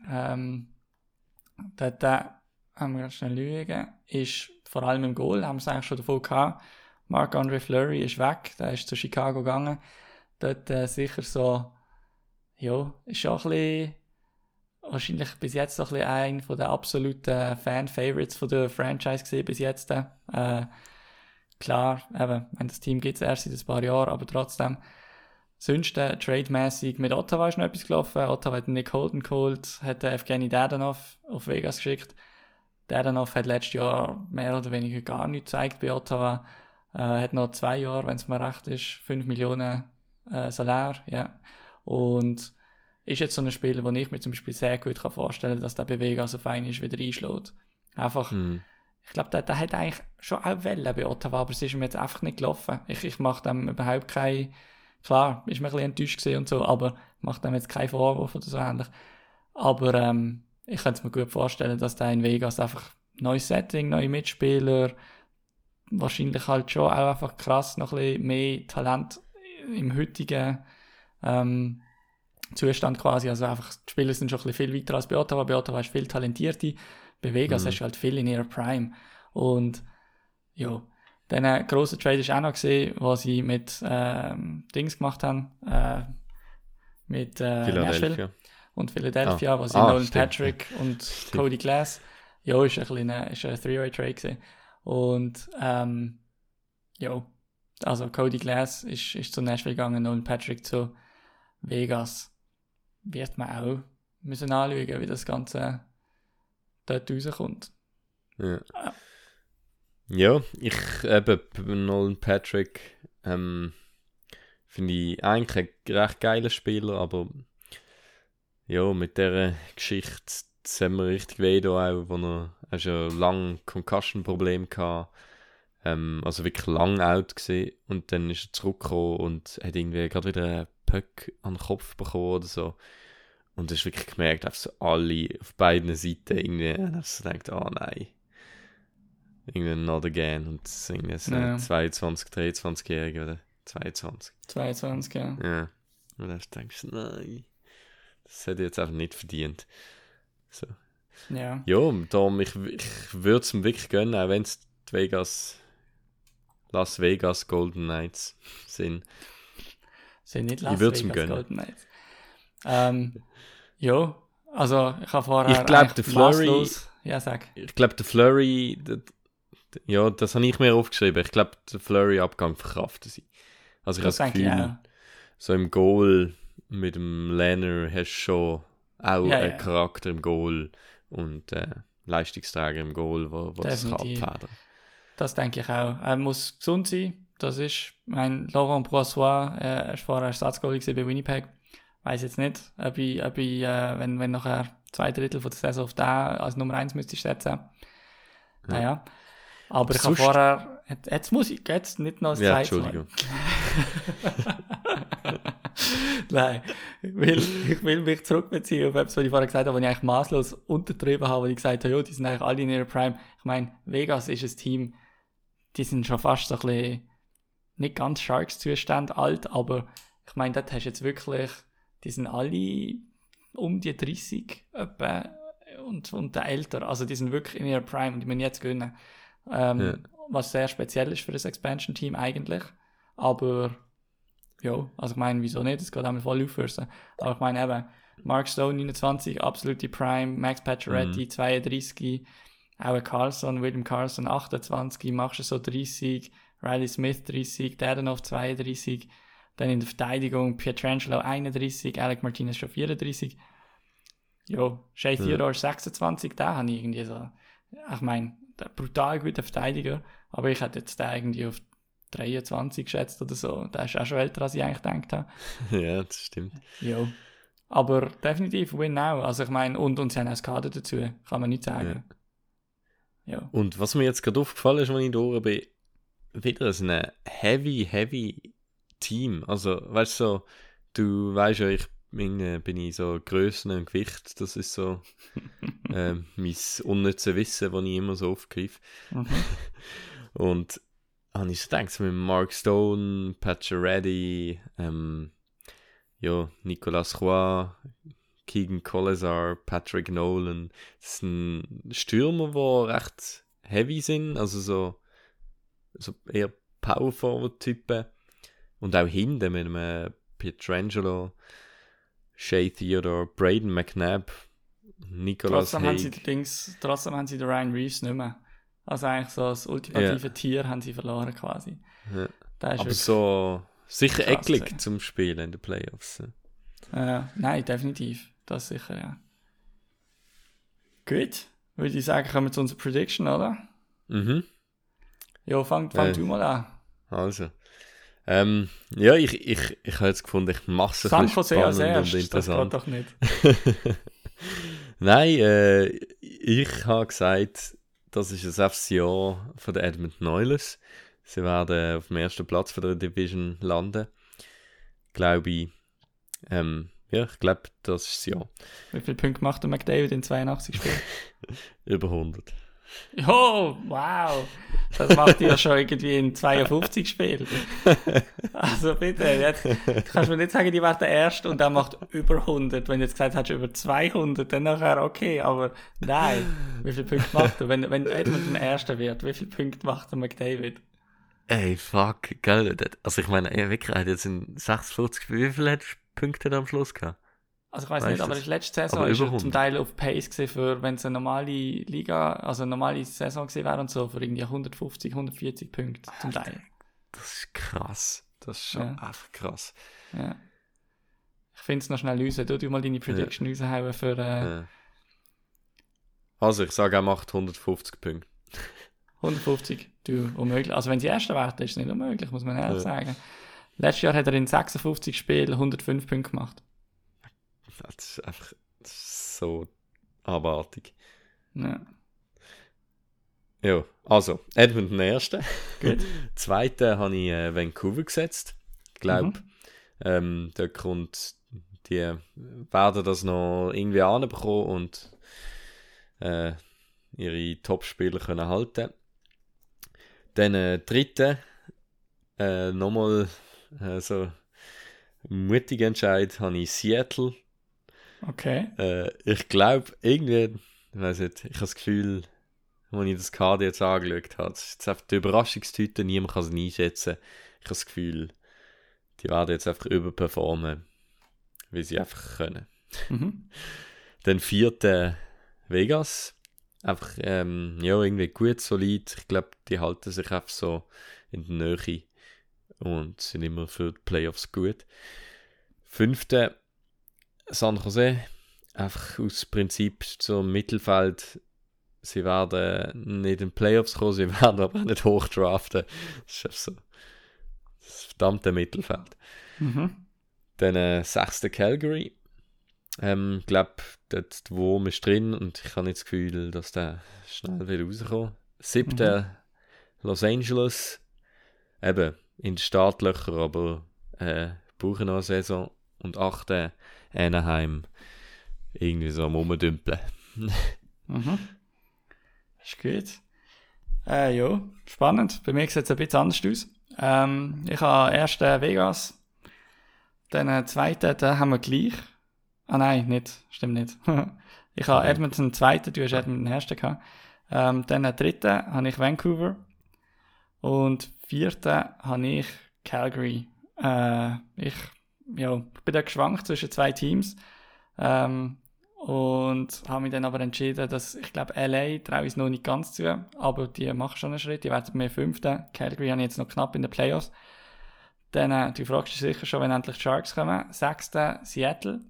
Dort haben wir ganz schnell schauen. Ist vor allem im Goal, haben wir es eigentlich schon davon gehabt. Marc-Andre Fleury ist weg, der ist zu Chicago gegangen. Dort sicher so, ja, ist schon ein bisschen, wahrscheinlich bis jetzt so ein bisschen einer der absoluten Fan-Favorites von der Franchise gesehen bis jetzt. Klar, eben, das Team gibt es erst seit ein paar Jahren, aber trotzdem. Sonst trademäßig mit Ottawa ist noch etwas gelaufen. Ottawa hat Nick Holden geholt, hat Evgeny Dadonov auf Vegas geschickt. Dadonov hat letztes Jahr mehr oder weniger gar nichts gezeigt bei Ottawa. Hat noch 2 Jahre, wenn es mir recht ist, 5 Millionen Salär. Ja. Und ist jetzt so ein Spieler, wo ich mir zum Beispiel sehr gut vorstellen kann, dass der bei Vegas auf einmal wieder einschlägt. Einfach, ich glaube, der hat eigentlich schon auch Wellen bei Ottawa, aber es ist ihm jetzt einfach nicht gelaufen. Ich mache dem überhaupt keine... Klar, ist mir ein bisschen enttäuscht gewesen und so, aber macht dem jetzt keinen Vorwurf oder so ähnlich. Aber ich könnte mir gut vorstellen, dass der in Vegas einfach neues Setting, neue Mitspieler, wahrscheinlich halt schon auch einfach krass noch ein bisschen mehr Talent im heutigen Zustand quasi. Also einfach, die Spieler sind schon ein bisschen viel weiter als bei Ottawa. Bei Ottawa hast du viel Talentierte. Bei Vegas hast du halt viel in ihrer Prime. Und ja, dann grosser Trade ist auch noch gesehen, was sie mit Dings gemacht haben, mit Nashville und Philadelphia, wo sie Nolan Patrick und Cody Glass, ja, ist ein Three-Way-Trade gewesen. Und ja, also Cody Glass ist zu Nashville gegangen, Nolan Patrick zu Vegas. Wird man auch müssen anschauen, wie das Ganze dort rauskommt. Ja. Ja, ich eben Nolan Patrick finde ich eigentlich ein recht geiler Spieler, aber ja, mit dieser Geschichte sehen wir richtig weh da auch, wo er schon lange Concussion-Probleme hatte, also wirklich lang out gesehen und dann ist er zurückgekommen und hat irgendwie gerade wieder einen Puck an den Kopf bekommen oder so. Und du hast wirklich gemerkt, dass so alle auf beiden Seiten irgendwie, dass du denkst, oh nein. Irgendwie not again. Und das ist irgendwie so 22, 23-Jährige oder 22. 22, ja. Ja. Und dann denkst du, nein. Das hätte ich jetzt einfach nicht verdient. So. Ja. Ja, darum, ich würde es ihm wirklich gönnen, auch wenn es die Las Vegas Golden Knights sind. Sind nicht Las Vegas Golden Knights. Ja, also ich habe vorher... Ich glaube, der Fleury... Ja, sag. Ich glaube, der Fleury... Ja, das habe ich mir aufgeschrieben. Ich glaube, der Fleury-Abgang verkraftet sie. Also ich habe das Gefühl, so im Goal mit dem Lehner hast du schon auch einen Charakter im Goal und Leistungsträger im Goal, wo das kann abfedern. Das denke ich auch. Er muss gesund sein. Das ist Laurent Brossois, er war vorher Ersatzgoalie bei Winnipeg. Weiss jetzt nicht, ob ich wenn nachher 2/3 von der Saison auf den als Nummer 1 müsste ich setzen. Naja. Aber ich habe vorher... Jetzt muss ich... Jetzt nicht noch das Zweite. Entschuldigung. Nein. Ich will mich zurückbeziehen auf etwas, was ich vorher gesagt habe, was ich eigentlich maßlos untertrieben habe, weil ich gesagt habe, ja, die sind eigentlich alle in ihrer Prime. Ich meine, Vegas ist ein Team, die sind schon fast so ein bisschen... Nicht ganz Sharks-Zustand alt, aber ich meine, dort hast du jetzt wirklich... Die sind alle um die 30 etwa und älter. Also die sind wirklich in ihrer Prime und die müssen jetzt gewinnen. Was sehr speziell ist für das Expansion-Team eigentlich. Aber ja, also ich meine, wieso nicht? Es geht einmal voll aufhören. Aber ich meine eben, Mark Stone 29, absolute Prime, Max Pacioretty 32, auch William Carlson 28, machst du so 30, Riley Smith 30, Dadonov 32, dann in der Verteidigung Pietrangelo 31, Alec Martinez schon 34. Ja, Shea Theodore 26, da habe ich irgendwie so, ich meine, der brutal guter Verteidiger, aber ich hätte jetzt den irgendwie auf 23 geschätzt oder so. Der ist auch schon älter, als ich eigentlich gedacht habe. Ja, das stimmt. Ja, aber definitiv win now. Also ich meine, und sie haben auch das Kader dazu, kann man nicht sagen. Ja. Und was mir jetzt gerade aufgefallen ist, wenn ich da oben bin, wieder so ein heavy Team. Also, weißt du, so, du weißt ja, bin ich so Grössen und Gewicht, das ist so mein unnützes Wissen, das ich immer so aufgreife. Und habe ich so gedacht, mit Mark Stone, Pacioretty, Nicolas Roy, Keegan Colasar, Patrick Nolan, das sind Stürmer, die recht heavy sind, also so eher Power-Forward-Typen. Und auch hinten mit einem Pietrangelo Shea Theodore, Braden McNabb, Nicholas Haig. Trotzdem haben sie den Ryan Reeves nicht mehr. Also eigentlich so das ultimative Tier haben sie verloren quasi. Ja. Aber so sicher eklig zum Spielen in den Playoffs. Nein, definitiv. Das sicher, ja. Gut. Würde ich sagen, kommen wir zu unserer Prediction, oder? Mhm. Ja, fang du mal an. Also. Ja, ich habe jetzt gefunden, ich mache es ein bisschen spannend und interessant. Das geht doch nicht. Nein, ich habe gesagt, das ist das erste Jahr von den Edmonton Oilers. Sie werden auf dem ersten Platz von der Division landen. Glaube ich. Ich glaube, das ist das Jahr. Wie viele Punkte macht der McDavid in 82 Spielen? Über 100. Oh, wow! Das macht ja schon irgendwie in 52 Spielen. Also bitte, jetzt kannst du mir nicht sagen, die werden der Erste und der macht über 100. Wenn du jetzt gesagt hättest, über 200, dann nachher okay, aber nein. Wie viele Punkte macht er? Wenn Edmonton der Erste wird, wie viele Punkte macht der McDavid? Ey, fuck, gell? Also ich meine, wirklich, er hat jetzt in 46 Spielen, wie viele Punkte am Schluss gehabt? Also ich weiß nicht, aber die letzte Saison ist er zum Teil auf Pace gewesen für, wenn es eine normale Liga, also eine normale Saison gewesen wäre und so, für irgendwie 150, 140 Punkte zum Teil. Das ist krass. Das ist schon einfach krass. Ja. Ich finde es noch schnell raus. Du mal deine Prediction raushauen für... Also ich sage, er macht 150 Punkte. 150? Du, unmöglich. Also wenn sie Erster werden, ist es nicht unmöglich, muss man ehrlich sagen. Letztes Jahr hat er in 56 Spielen 105 Punkte gemacht. Das ist einfach so abartig. Ja. Ja, also, Edmonton Erste. Gut. Zweite habe ich Vancouver gesetzt. Ich glaube, da kommt, die werden das noch irgendwie anbekommen und ihre Top-Spieler können halten. Dann dritte, nochmal so mutiger Entscheid, habe ich Seattle. Okay. Ich glaube, irgendwie, ich weiß nicht, ich habe das Gefühl, als ich das Kader jetzt angeschaut habe, das ist jetzt einfach die Überraschungstüte, niemand kann es einschätzen. Ich habe das Gefühl, die werden jetzt einfach überperformen, wie sie einfach können. Mhm. Dann vierte Vegas. Einfach, irgendwie gut, solid. Ich glaube, die halten sich einfach so in der Nähe und sind immer für die Playoffs gut. Fünfte, San Jose. Einfach aus Prinzip zum Mittelfeld. Sie werden nicht in die Playoffs kommen, sie werden aber auch nicht hochdraften. Das ist einfach so das verdammte Mittelfeld. Mhm. Dann sechste Calgary. Ich glaube, dort der Wurm ist drin und ich habe nicht das Gefühl, dass der schnell wieder rauskommt. Siebte Los Angeles. Eben, in den Startlöchern, aber brauchen noch eine Saison. Und achte Anaheim. Irgendwie so am Rumdümpeln. Mhm. Ist gut. Ja, spannend. Bei mir sieht es ein bisschen anders aus. Ich habe erst Vegas. Dann zweiten, den haben wir gleich. Ah nein, nicht. Stimmt nicht. Ich habe Edmonton zweiten, du hast Edmonton ersten gehabt. Dann dritten habe ich Vancouver. Und vierten habe ich Calgary. Ich bin da geschwankt zwischen zwei Teams. Und habe mich dann aber entschieden, dass ich glaube, LA traue ich es noch nicht ganz zu, aber die machen schon einen Schritt, die werden mir Fünften. Calgary habe ich jetzt noch knapp in den Playoffs. Dann, du fragst dich sicher schon, wenn endlich die Sharks kommen. Sechsten Seattle.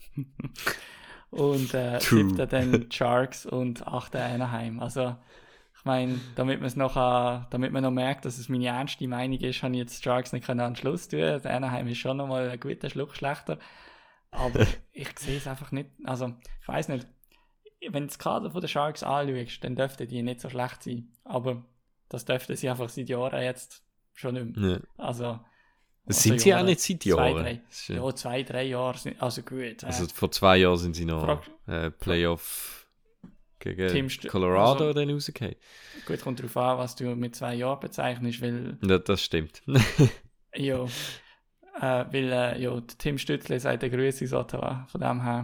Und siebten dann Sharks und achten Anaheim. Also, ich meine, damit man noch merkt, dass es meine ernste Meinung ist, habe ich jetzt die Sharks nicht an den Schluss tun. Der Anaheim ist schon nochmal ein guter Schluck schlechter. Aber ich sehe es einfach nicht. Also, ich weiß nicht. Wenn du das Kader von den Sharks anschaust, dann dürften die nicht so schlecht sein. Aber das dürften sie einfach seit Jahren jetzt schon nicht mehr. Ja. Also sind sie auch nicht seit Jahren? 2-3 Jahre. Also gut. Also vor 2 Jahren sind sie noch Playoff gegen Colorado also, dann rausgekommen. Gut, kommt darauf an, was du mit 2 Jahren bezeichnest, weil... Ja, das stimmt. Ja. Weil Tim Stützle sagt der Grüße in Ottawa, von dem her.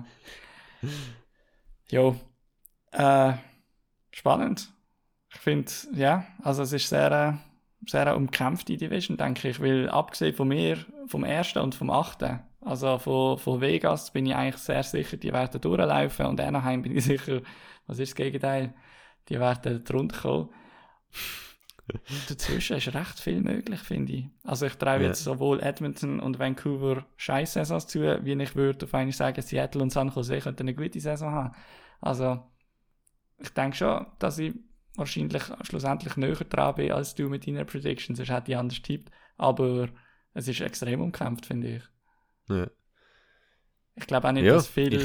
Ja. Spannend. Ich finde, also es ist sehr, sehr umkämpfte Division, denke ich, weil abgesehen von mir, vom 1. und vom 8., Also von Vegas bin ich eigentlich sehr sicher, die werden durchlaufen. Und Anaheim bin ich sicher, was ist das Gegenteil? Die werden drunter kommen. Dazwischen ist recht viel möglich, finde ich. Also ich traue jetzt sowohl Edmonton und Vancouver Scheiß-Saisons zu, wie ich würde auf einmal sagen, Seattle und San Jose könnten eine gute Saison haben. Also ich denke schon, dass ich wahrscheinlich schlussendlich näher dran bin als du mit deiner Prediction, sonst hätte ich anders tippt. Aber es ist extrem umkämpft, finde ich. Ja. Ich glaube auch nicht, dass viel...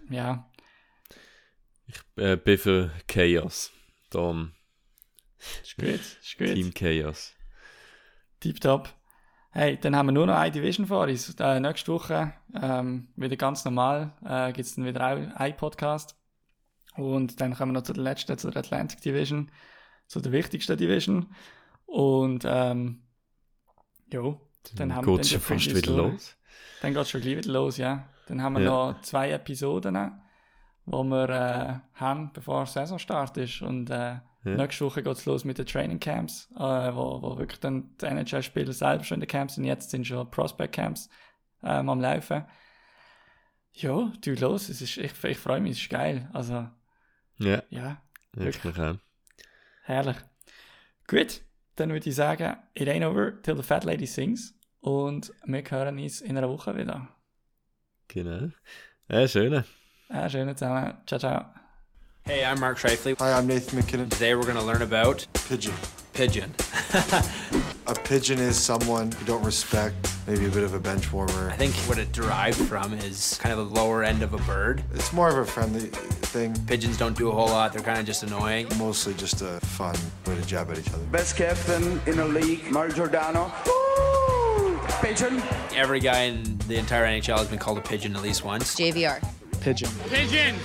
Ich bin für Chaos. Darum... Ist gut. Team Chaos. Tipptopp. Hey, dann haben wir nur noch eine Division vor uns. Nächste Woche, wieder ganz normal, gibt es dann wieder auch einen Podcast. Und dann kommen wir noch zu der letzten, zu der Atlantic Division, zu der wichtigsten Division. Und dann haben wir... Geht es schon fast wieder los? Dann geht es schon gleich wieder los, ja. Dann haben wir noch 2 Episoden, wo wir haben, bevor die Saison startet. Und nächste Woche geht es los mit den Training Camps, wo wirklich dann die NHL-Spieler selber schon in den Camps sind. Jetzt sind schon Prospect-Camps am Laufen. Ja, tu los. Ich freue mich, es ist geil. Also, ja wirklich. Auch. Herrlich. Gut, dann würde ich sagen, it ain't over till the fat lady sings. Und wir hören uns in einer Woche wieder. Genau. Schöne zusammen. Ciao, ciao. Hey, I'm Mark Scheifele. Hi, I'm Nathan McKinnon. Today we're going to learn about... Pigeon. Pigeon. A pigeon is someone you don't respect, maybe a bit of a bench warmer. I think what it derived from is kind of the lower end of a bird. It's more of a friendly thing. Pigeons don't do a whole lot. They're kind of just annoying. Mostly just a fun way to jab at each other. Best captain in the league, Mario Giordano. Woo! Pigeon. Every guy in the entire NHL has been called a pigeon at least once. JVR. Pigeon. Pigeon!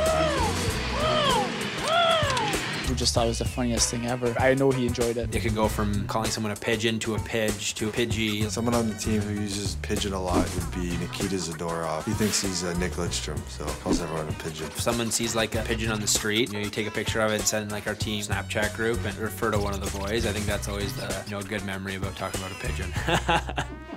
We just thought it was the funniest thing ever. I know he enjoyed it. It could go from calling someone a pigeon to a pidge to a pidgey. Someone on the team who uses pigeon a lot would be Nikita Zadorov. He thinks he's Nick Lidstrom, so calls everyone a pigeon. If someone sees like a pigeon on the street, you take a picture of it and send it like our team Snapchat group and refer to one of the boys. I think that's always the good memory about talking about a pigeon.